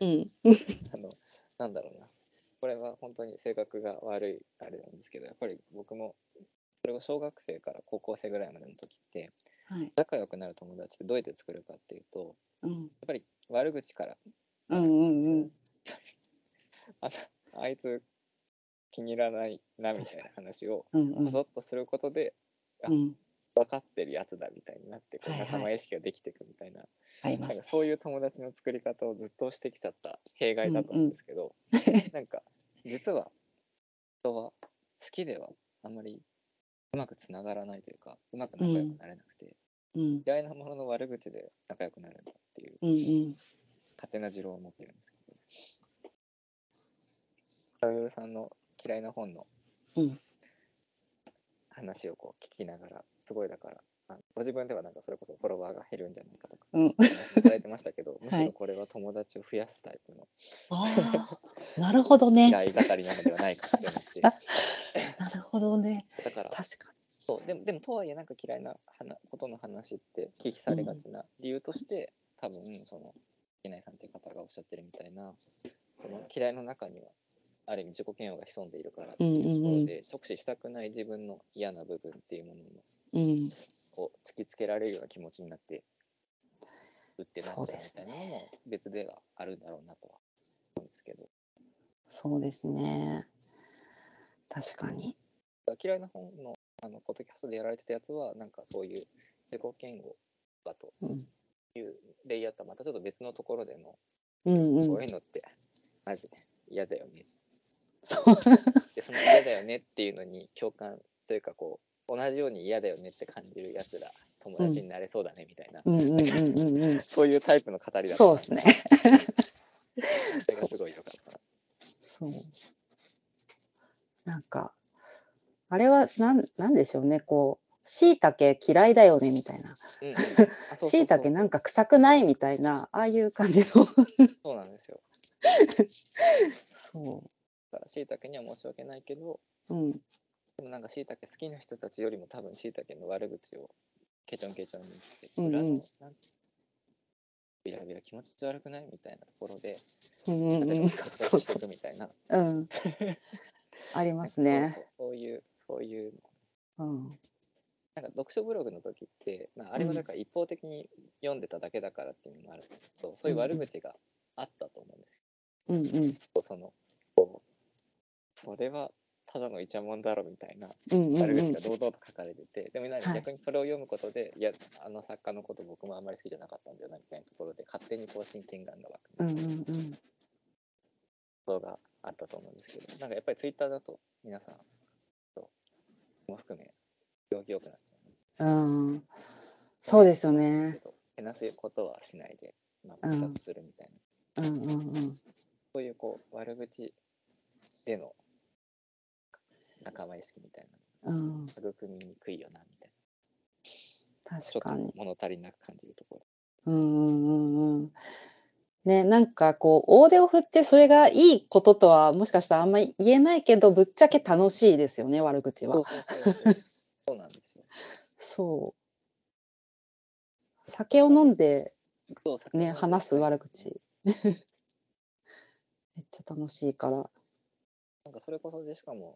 なんだろうな。これは本当に性格が悪いあれなんですけど、やっぱり僕もそれを小学生から高校生ぐらいまでの時って、仲良くなる友達ってどうやって作るかっていうと、やっぱり悪口からなるんですよね。あいつ気に入らないなみたいな話をこそっとすることで、分かってるやつだみたいになって、こう仲間意識ができていくみたいな、なんかそういう友達の作り方をずっとしてきちゃった弊害だと思うんですけど、なんか実は人は好きではあんまりうまくつながらないというか、うまく仲良くなれなくて、嫌いなものの悪口で仲良くなるんだっていう勝手な持論を持ってるんですけど、ラウヨルさんの嫌いな本の話をこう聞きながら、すごいだからご自分ではなんかそれこそフォロワーが減るんじゃないかとかうん。 お話しいただいてましたけど、むしはい。 ろこれは友達を増やすタイプのああ、なるほどね。 嫌い語りなのではないかって思ってなるほどね。 だから確かそうでもとはいえなんか嫌いなことの話って忌避されがちな理由として、多分その稲井さんっていう方がおっしゃってるみたいな、その嫌いの中にはある意味自己嫌悪が潜んでいるからっていうところで、直視したくない自分の嫌な部分っていうものに。 を突きつけられるような気持ちになって打ってなっちゃうみたいなのも別ではあるんだろうなとは思うんですけど、 そうですね。確かに。 嫌いな本のポッドキャストでやられてたやつはなんかそういう自己嫌悪だというレイヤーとはまたちょっと別のところでの、こういうのってマジ嫌だよね。 そう。 でその嫌だよねっていうのに共感というかこう同じように嫌だよねって感じるやつら友達になれそうだねみたいな、そういうタイプの語りだった。 そうですね。 それがすごい良かったな。 そう。なんかあれはなんでしょうね、こう椎茸嫌いだよねみたいな。椎茸なんか臭くないみたいな、ああいう感じの。 そうなんですよ。 そう。 だから椎茸には申し訳ないけど、でもなんか椎茸好きな人たちよりも多分椎茸の悪口をケチョンケチョンに言って、裏のなんビラビラ気持ち悪くないみたいなところで、そうしていくみたいな。 ありますね。 そういうなんか読書ブログの時って、あれはだから一方的に読んでただけだからっていうのもあるんですけど、そういう悪口があったと思うんです。それはただのイチャモンだろみたいな悪口が堂々と書かれてて、でも逆にそれを読むことで、いやあの作家のこと僕もあんまり好きじゃなかったんだよなみたいなところで勝手にこう親近感が湧くことがあったと思うんですけど、なんかやっぱりツイッターだと皆さんも含め行儀よくなっちゃう。 そうですよね。 けなすことはしないで、抹殺するみたいな。そういうこう悪口での仲間意識みたいな育みにくいよなみたいな。確かに。ちょっと物足りなく感じるところ。 ね、なんかこう大手を振ってそれがいいこととはもしかしたらあんまり言えないけど、ぶっちゃけ楽しいですよね、悪口は。 そうなんですよ。 そう。酒を飲んでね、話す悪口。めっちゃ楽しいから。 なんかそれこそでしかも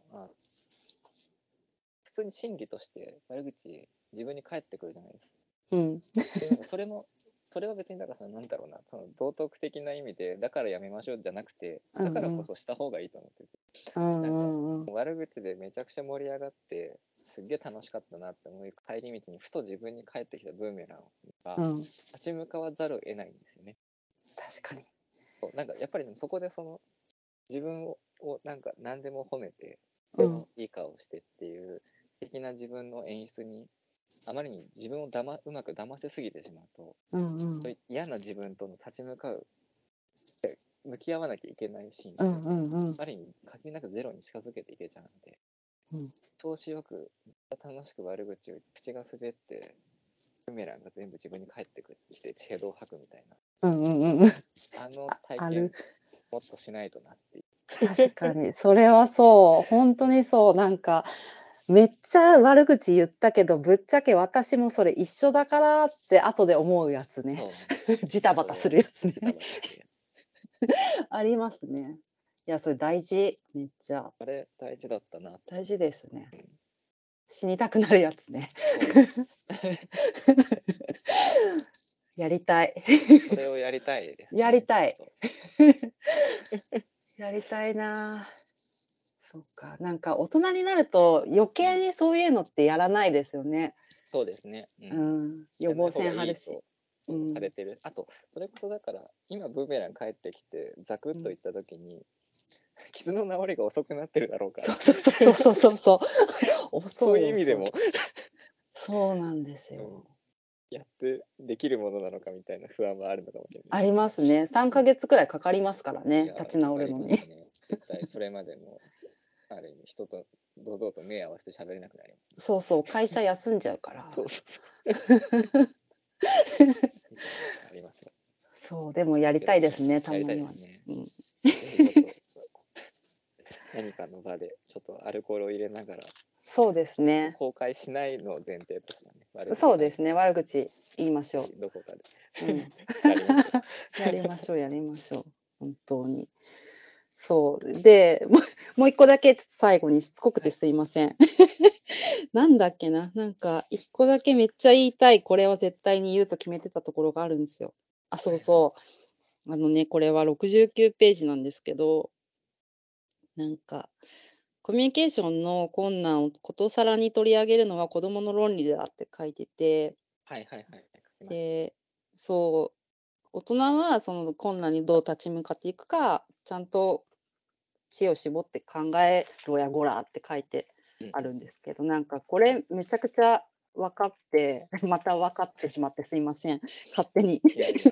普通に心理として悪口自分に返ってくるじゃないですか。でなんかそれは別にだからなんだろうな、その道徳的な意味でだからやめましょうじゃなくて、だからこそした方がいいと思ってて、なんか悪口でめちゃくちゃ盛り上がってすっげえ楽しかったなって思う帰り道にふと自分に返ってきたブーメランが立ち向かわざるを得ないんですよね。 確かに。 なんかやっぱりそこでその自分をなんか何でも褒めて、でもいい顔してっていう的な自分の演出にあまりに自分をうまく騙せすぎてしまうと、そういう嫌な自分との立ち向向き合わなきゃいけないシーンある意味限りなくゼロに近づけていけちゃうので、調子よく楽しく悪口を口が滑ってブーメランが全部自分に返ってきてシェードを吐くみたいな、あの体験もっとしないとなっていう。 確かにそれはそう、本当にそう。なんかめっちゃ悪口言ったけど、ぶっちゃけ私もそれ一緒だからって後で思うやつね。ジタバタするやつね。ありますね。いや、それ大事、めっちゃ。 あれ大事だったな。 大事ですね。死にたくなるやつね。やりたい。 それをやりたいです、 ね。やりたい。やりたいな。そっか。なんか大人になると余計にそういうのってやらないですよね。 そうですね。 予防線張るし。 されてる。あとそれこそだから今ブーメラン帰ってきてザクッといった時に、傷の治りが遅くなってるだろうから。そういう意味でもそうなんですよ。 やってできるものなのかみたいな不安はあるのかもしれない。 ありますね。3ヶ月くらいかかりますからね、立ち直るのに。 絶対それまでのある意味人と堂々と目合わせて喋れなくなりますね。 そうそう、会社休んじゃうから。 そうそうそう。みたいなのありますよ。 そう、でもやりたいですね、たまやりたいには。 ですね。 うん。 ぜひちょっと何かの場でちょっとアルコールを入れながらそうですね。 公開しないのを前提としたね。悪口そうですね、悪口言いましょぜひどこかでう。うん。 やりましょう。 やりましょう、本当に。そう。で、もう一個だけちょっと最後にしつこくてすいません。なんだっけな、なんか一個だけめっちゃ言いたい、これは絶対に言うと決めてたところがあるんですよ。あ、そうそう。これは69ページなんですけど、なんか、コミュニケーションの困難をことさらに取り上げるのは子供の論理だって書いてて、 はいはいはい。書きました。 で、そう、大人はその困難にどう立ち向かっていくか、ちゃんと知恵を絞って考えろやごらって書いてあるんですけど、なんかこれめちゃくちゃ分かって、また分かってしまってすいません、勝手に。 いやいや、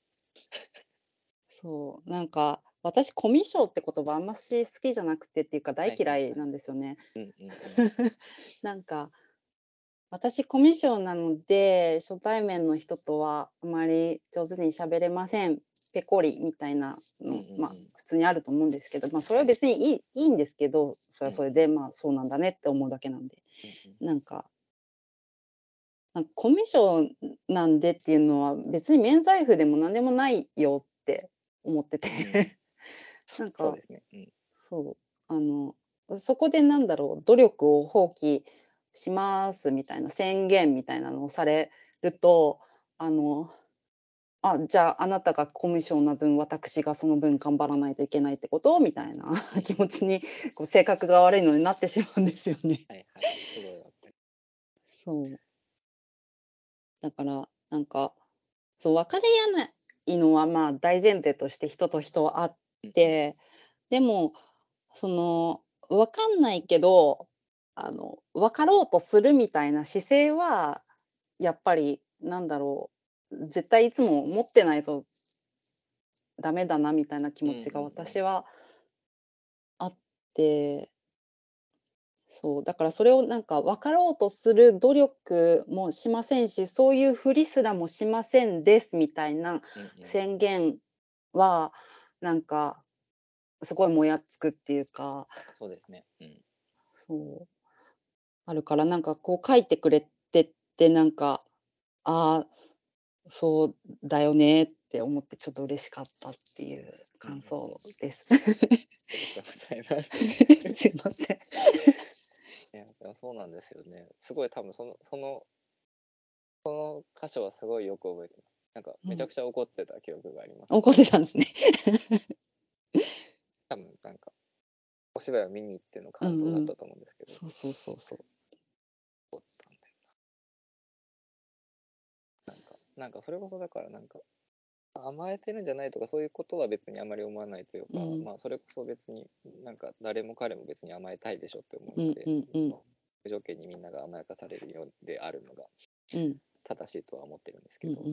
そう、なんか私コミュ障って言葉あんまし好きじゃなくてっていうか大嫌はいはいはいいなんですよね。 うんうんうん。 なんか私コミュ障なので、初対面の人とはあまり上手に喋れません。ペコリみたいなの、普通にあると思うんですけど、それは別にいいんですけど、それはそれで、そうなんだねって思うだけなんで。なんか、コミュ障なんでっていうのは、別に免罪符でも何でもないよって思ってて。なんか、 そうですね。 そう、そこでなんだろう、努力を放棄しますみたいな宣言みたいなのをされると、あの、じゃあ、あなたがコミュ障な分、私がその分頑張らないといけないってことみたいな気持ちに、こう性格が悪いのになってしまうんですよね。 はいはい。すごいわかる。 そう。だから、なんか、そう、分かり合わないのは、大前提として人と人はあって、でも、分かんないけど、分かろうとするみたいな姿勢は、やっぱりなんだろう、絶対いつも持ってないとダメだなみたいな気持ちが私はあって、そう、だからそれをなんか分かろうとする努力もしませんし、そういうふりすらもしませんですみたいな宣言は、なんかすごいもやつくっていうか、 そうですね。 そう、あるからなんかこう書いてくれてってなんか、ああ、そうだよねって思ってちょっと嬉しかったっていう感想です。 ありがとうございます。 すいません。 いや、でもそうなんですよね。すごい多分その箇所はすごいよく覚えてます。なんかめちゃくちゃ怒ってた記憶があります。 怒ってたんですね。 多分なんかお芝居を見に行っての感想だったと思うんですけど、 そうそうそうそう。 怒ってたんだよな。なんかそれこそだからなんか甘えてるんじゃないとかそういうことは別にあまり思わないというか、それこそ別になんか誰も彼も別に甘えたいでしょって思うので、無条件にみんなが甘やかされるようであるのが正しいとは思ってるんですけど、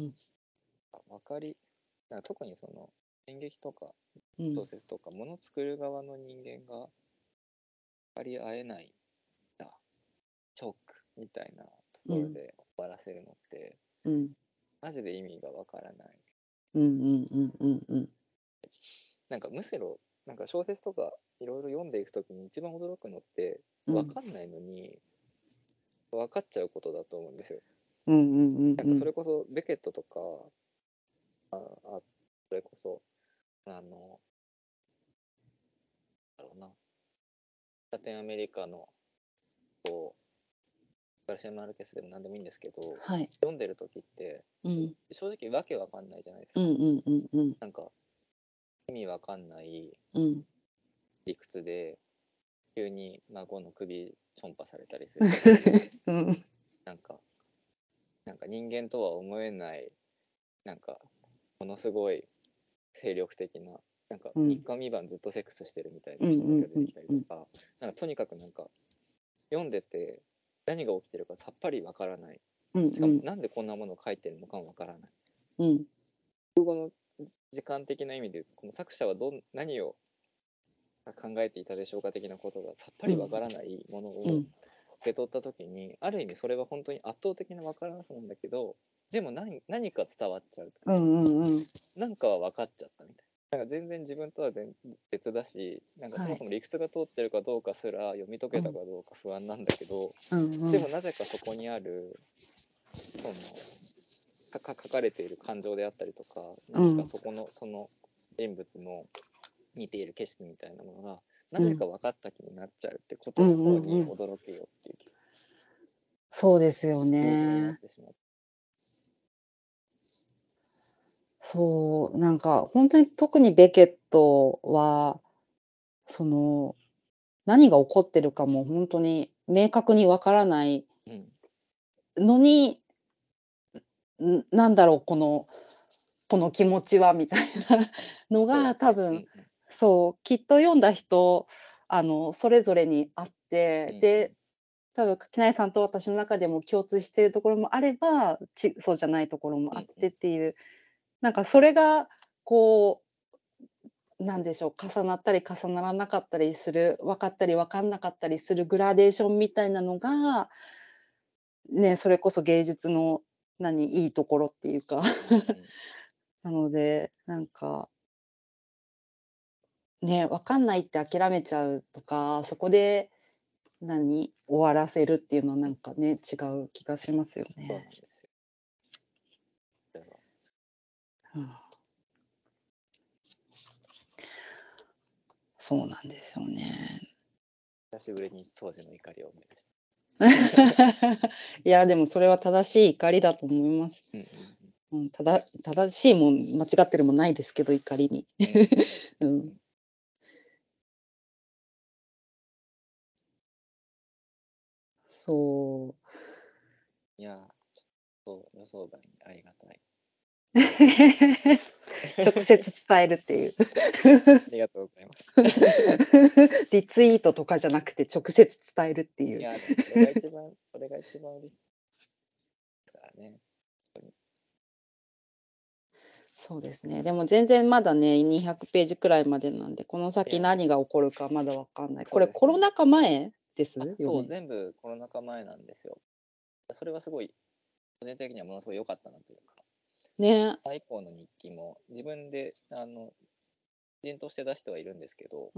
なんか特にその演劇とか小説とかもの作る側の人間が分かり合えないんだ、チョークみたいなところで終わらせるのって、マジで意味がわからない。なんかむしろなんか小説とかいろいろ読んでいくときに一番驚くのって分かんないのに分かっちゃうことだと思うんですよ。なんかそれこそベケットとかそれこそだろうな、ラテンアメリカのガルシア・マルケスでも何でもいいんですけど、読んでる時って正直わけわかんないじゃないですか。なんか意味わかんない理屈で急に孫の首ちょんぱされたりするなんか人間とは思えないなんかものすごい精力的ななんか3日3晩ずっとセックスしてるみたいな人が出てきたりとか、なんかとにかくなんか読んでて何が起きてるかさっぱりわからない。しかもなんでこんなものを書いてるのかもわからない。国語の時間的な意味で言うとこの作者は何を考えていたでしょうか的なことがさっぱりわからないものを受け取った時に、ある意味それは本当に圧倒的なわからなさなんだけど、でも何か伝わっちゃうというか、なんかは分かっちゃったみたいな。なんか全然自分とは別だし、なんかそもそも理屈が通ってるかどうかすら読み解けたかどうか不安なんだけど、でもなぜかそこにあるその書かれている感情であったりとか、何かその人物の見ている景色みたいなものがなぜか分かった気になっちゃうってことの方に驚けよっていう気そうですよになっね。 てしまう。 そう、なんか本当に特にベケットは、その、何が起こってるかも本当に明確にわからないのに、なんだろう、この気持ちはみたいなのが多分、そう、きっと読んだ人、それぞれにあって、で、多分垣内さんと私の中でも共通しているところもあれば、そうじゃないところもあってっていう、なんかそれがこう、なんでしょう、重なったり重ならなかったりする、分かったり分かんなかったりするグラデーションみたいなのが、ね、それこそ芸術のいいところっていうかなので、なんか、ね、分かんないって諦めちゃうとか、そこで終わらせるっていうのはなんかね、違う気がしますよそうなんね。 ですよ。 そうなんですよね。 久しぶりに当時の怒りを思い出しいや、でもそれは正しい怒りだと思います。正しいもん、間違ってるもないですけど、怒りに。そう。 いや、ちょっと予想外にありがたい。 直接伝えるっていう。 ありがとうございます。 リツイートとかじゃなくて直接伝えるっていう。 いや、でもそれが一番嬉しいですからね。 そうですね。でも全然まだね、200ページくらいまでなんで、この先何が起こるかまだわかんない。これコロナ禍前ですよね？ そう、全部コロナ禍前なんですよ。それはすごい、個人的にはものすごい良かったなというか。 ね。 以降の日記も自分で人として出してはいるんですけど、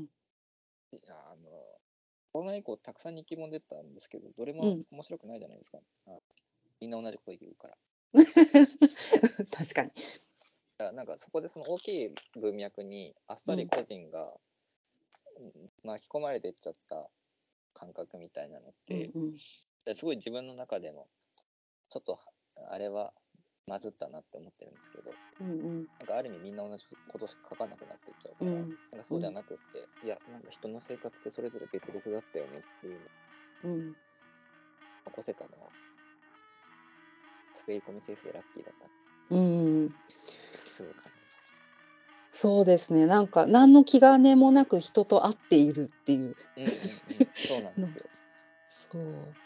コロナ以降たくさん日記も出たんですけど、どれも面白くないじゃないですか。みんな同じこと言うから。 確かに。 なんかそこでその大きい文脈にあっさり個人が巻き込まれていっちゃった感覚みたいなのって、すごい自分の中でもちょっとあれはまずったなって思ってるんですけど、なんかある意味みんな同じことしか書かなくなっていっちゃうから、なんかそうじゃなくって、いや、なんか人の性格ってそれぞれ別々だったよねっていうのを残せたのは、滑り込みセーフでラッキーだった。すごい感じます。 そうですね。なんか何の気兼ねもなく人と会っているっていう。 そうなんですよ。 そう。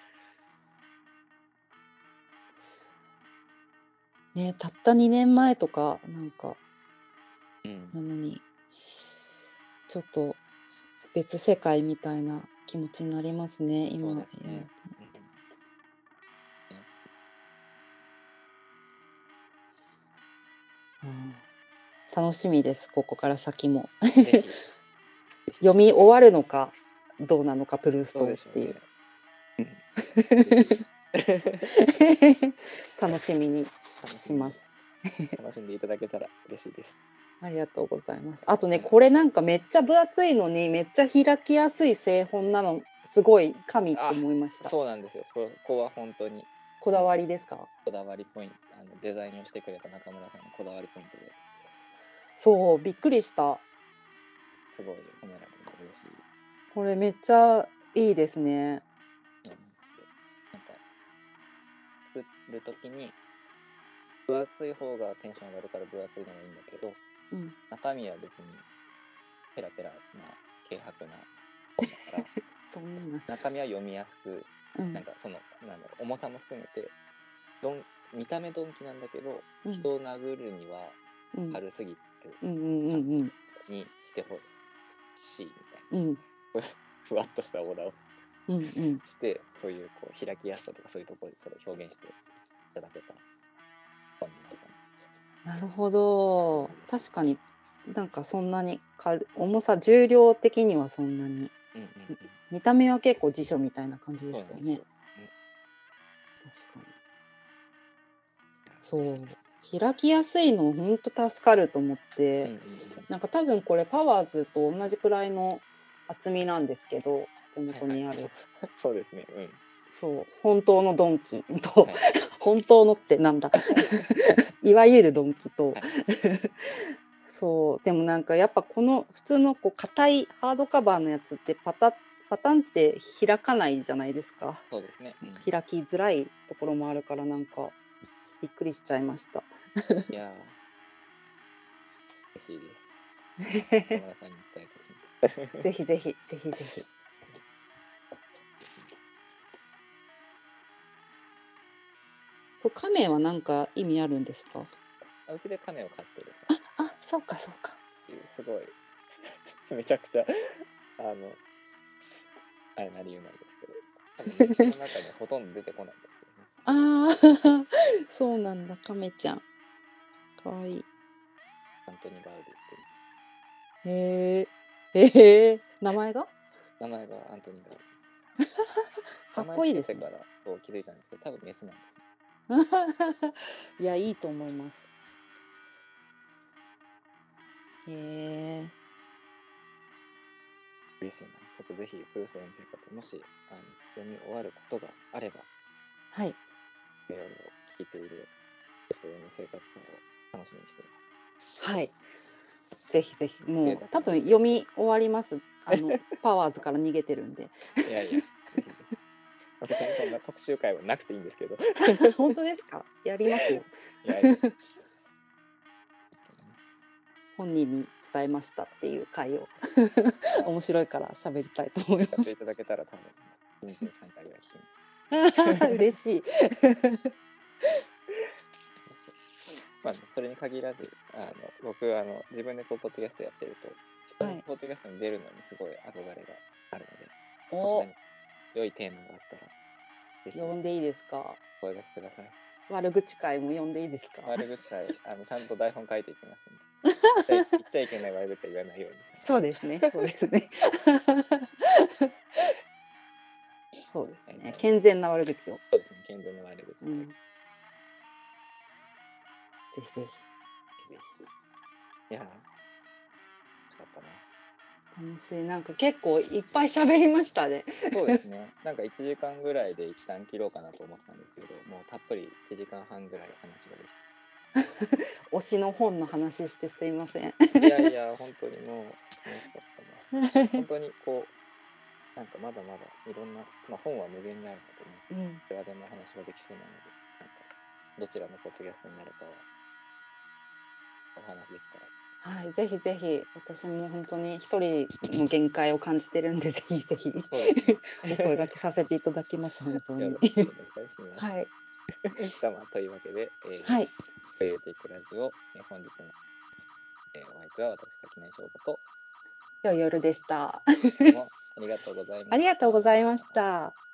ね、たった2年前とかなんか、なのに、ちょっと別世界みたいな気持ちになりますね、今。楽しみです、ここから先も。読み終わるのか、どうなのか、プルーストっていう。楽しみにします。 楽しんでいただけたら嬉しいです。 ありがとうございます。あとね、これなんかめっちゃ分厚いのに、めっちゃ開きやすい製本なの、すごい神って思いました。 そうなんですよ。そこは本当に。 こだわりですか？ こだわりポイント、デザインをしてくれた中村さんのこだわりポイントで。 そう、びっくりした。 すごい褒められるの嬉しい。 これめっちゃいいですね。 なんか作るときに分厚い方がテンション上がるから分厚いのがいいんだけど、中身は別にペラペラな軽薄な本だから中身は読みやすく、なんか重さも含めて見た目ドンキなんだけど、人を殴るには軽すぎるにしてほし C みたいうん。 な、ふわっとしたオーダーをうんうん。 して、そういうこう開きやすさとかそういうところでそれを表現していただけた本になったの。 なるほど。確かに、なんかそんなに重さ、重量的にはそんなに。 うんうんうん。 見た目は結構辞書みたいな感じでそうすけどね。 なんですよ。 確かに。そう。開きやすいのほんと助かると思っうんて、 うんうん。 なんか多分これパワーズと同じくらいの厚みなんですけど、手元にあはいはいる。 そうですね。うん。 そう、本当のドンキと、 はい本当のってなんだ、いわゆるドンキと、 はいそう、でもなんかやっぱこの普通のこう硬いハードカバーのやつってパタンって開かないじゃないですか。 そうですね。うん、 開きづらいところもあるからなんかびっくりしちゃいました。 いやー、嬉しいです。小村さんに伝えときます。 ぜひぜひ、ぜひぜひ。これ亀は何か意味あるんですか？ うちで亀を飼ってるからっあ、そうかそうか。 ていう、すごい、めちゃくちゃ、あれな理由なんですけど、多分日記の中にはほとんど出てこないんですけどね。 ああ、そうなんだ、亀ちゃん。かわいい。 アントニー・バウルっていうへえ。へえ、名前が？ 名前がアントニー・バウル。 かっこいいですね。 名前つけてからそう気づいたんですけど、多分メスなんですね。 いや、いいと思います。へえ。 ですよね。ちょっとぜひ、プルースト読む生活、もし読み終わることがあれば、 はい。 メールを聞いているプルースト読む生活会を楽しみにしています。 はい。ぜひぜひ、も贅沢なう多分読み終わります。パワーズから逃げてるんで。 いやいや、ぜひぜひ。別にそんな特集会はなくていいんですけど。 本当ですか？やりますよ。 いやいや。 本人に伝えましたっていう回を面白いから喋りたいと思い使っています。 ただけたら多分、人生3回ぐらい聞きます。 嬉しい。 まあ、それに限らず、僕自分でこうポッドキャストやってると、人のはい。 ポッドキャストに出るのにすごい憧れがあるので、 お、 何か良いテーマがあったら、ぜひ呼んでいいですか？ 声がけください。 悪口会も呼んでいいですか？ 悪口会、ちゃんと台本書いていきますんで。言っちゃいけない悪口は言わないように。 そうですね、そうですね。そうですね。健全な悪口を。 そうですね、健全な悪口会。 うん。ぜひぜひ。 ぜひ。いやー、楽しかったな。 楽しい。なんか結構いっぱい喋りましたね。 そうですね。なんか1時間ぐらいで一旦切ろうかなと思ってたんですけど、もうたっぷり1時間半ぐらい話ができ推しの本の話してすいません。 て。いやいや、本当にもう楽しかったです。本当にこう、なんかまだまだいろんな、まあ本は無限にあるのでね、 うん。 いくらでもお話ができそうなので、なんかどちらのポッドキャストになるかはお話できたら。 はい、ぜひぜひ、私も本当に一人の限界を感じてるんで、ぜひぜひそうですね。 お声掛けさせていただきます、本当に。 よろしくお願いします。 はい。 というわけで、 はい。 クリエイティックラジオ、本日の、お相手は私、滝内翔子と、 良い夜でした。 どうもありがとうございました。 ありがとうございました。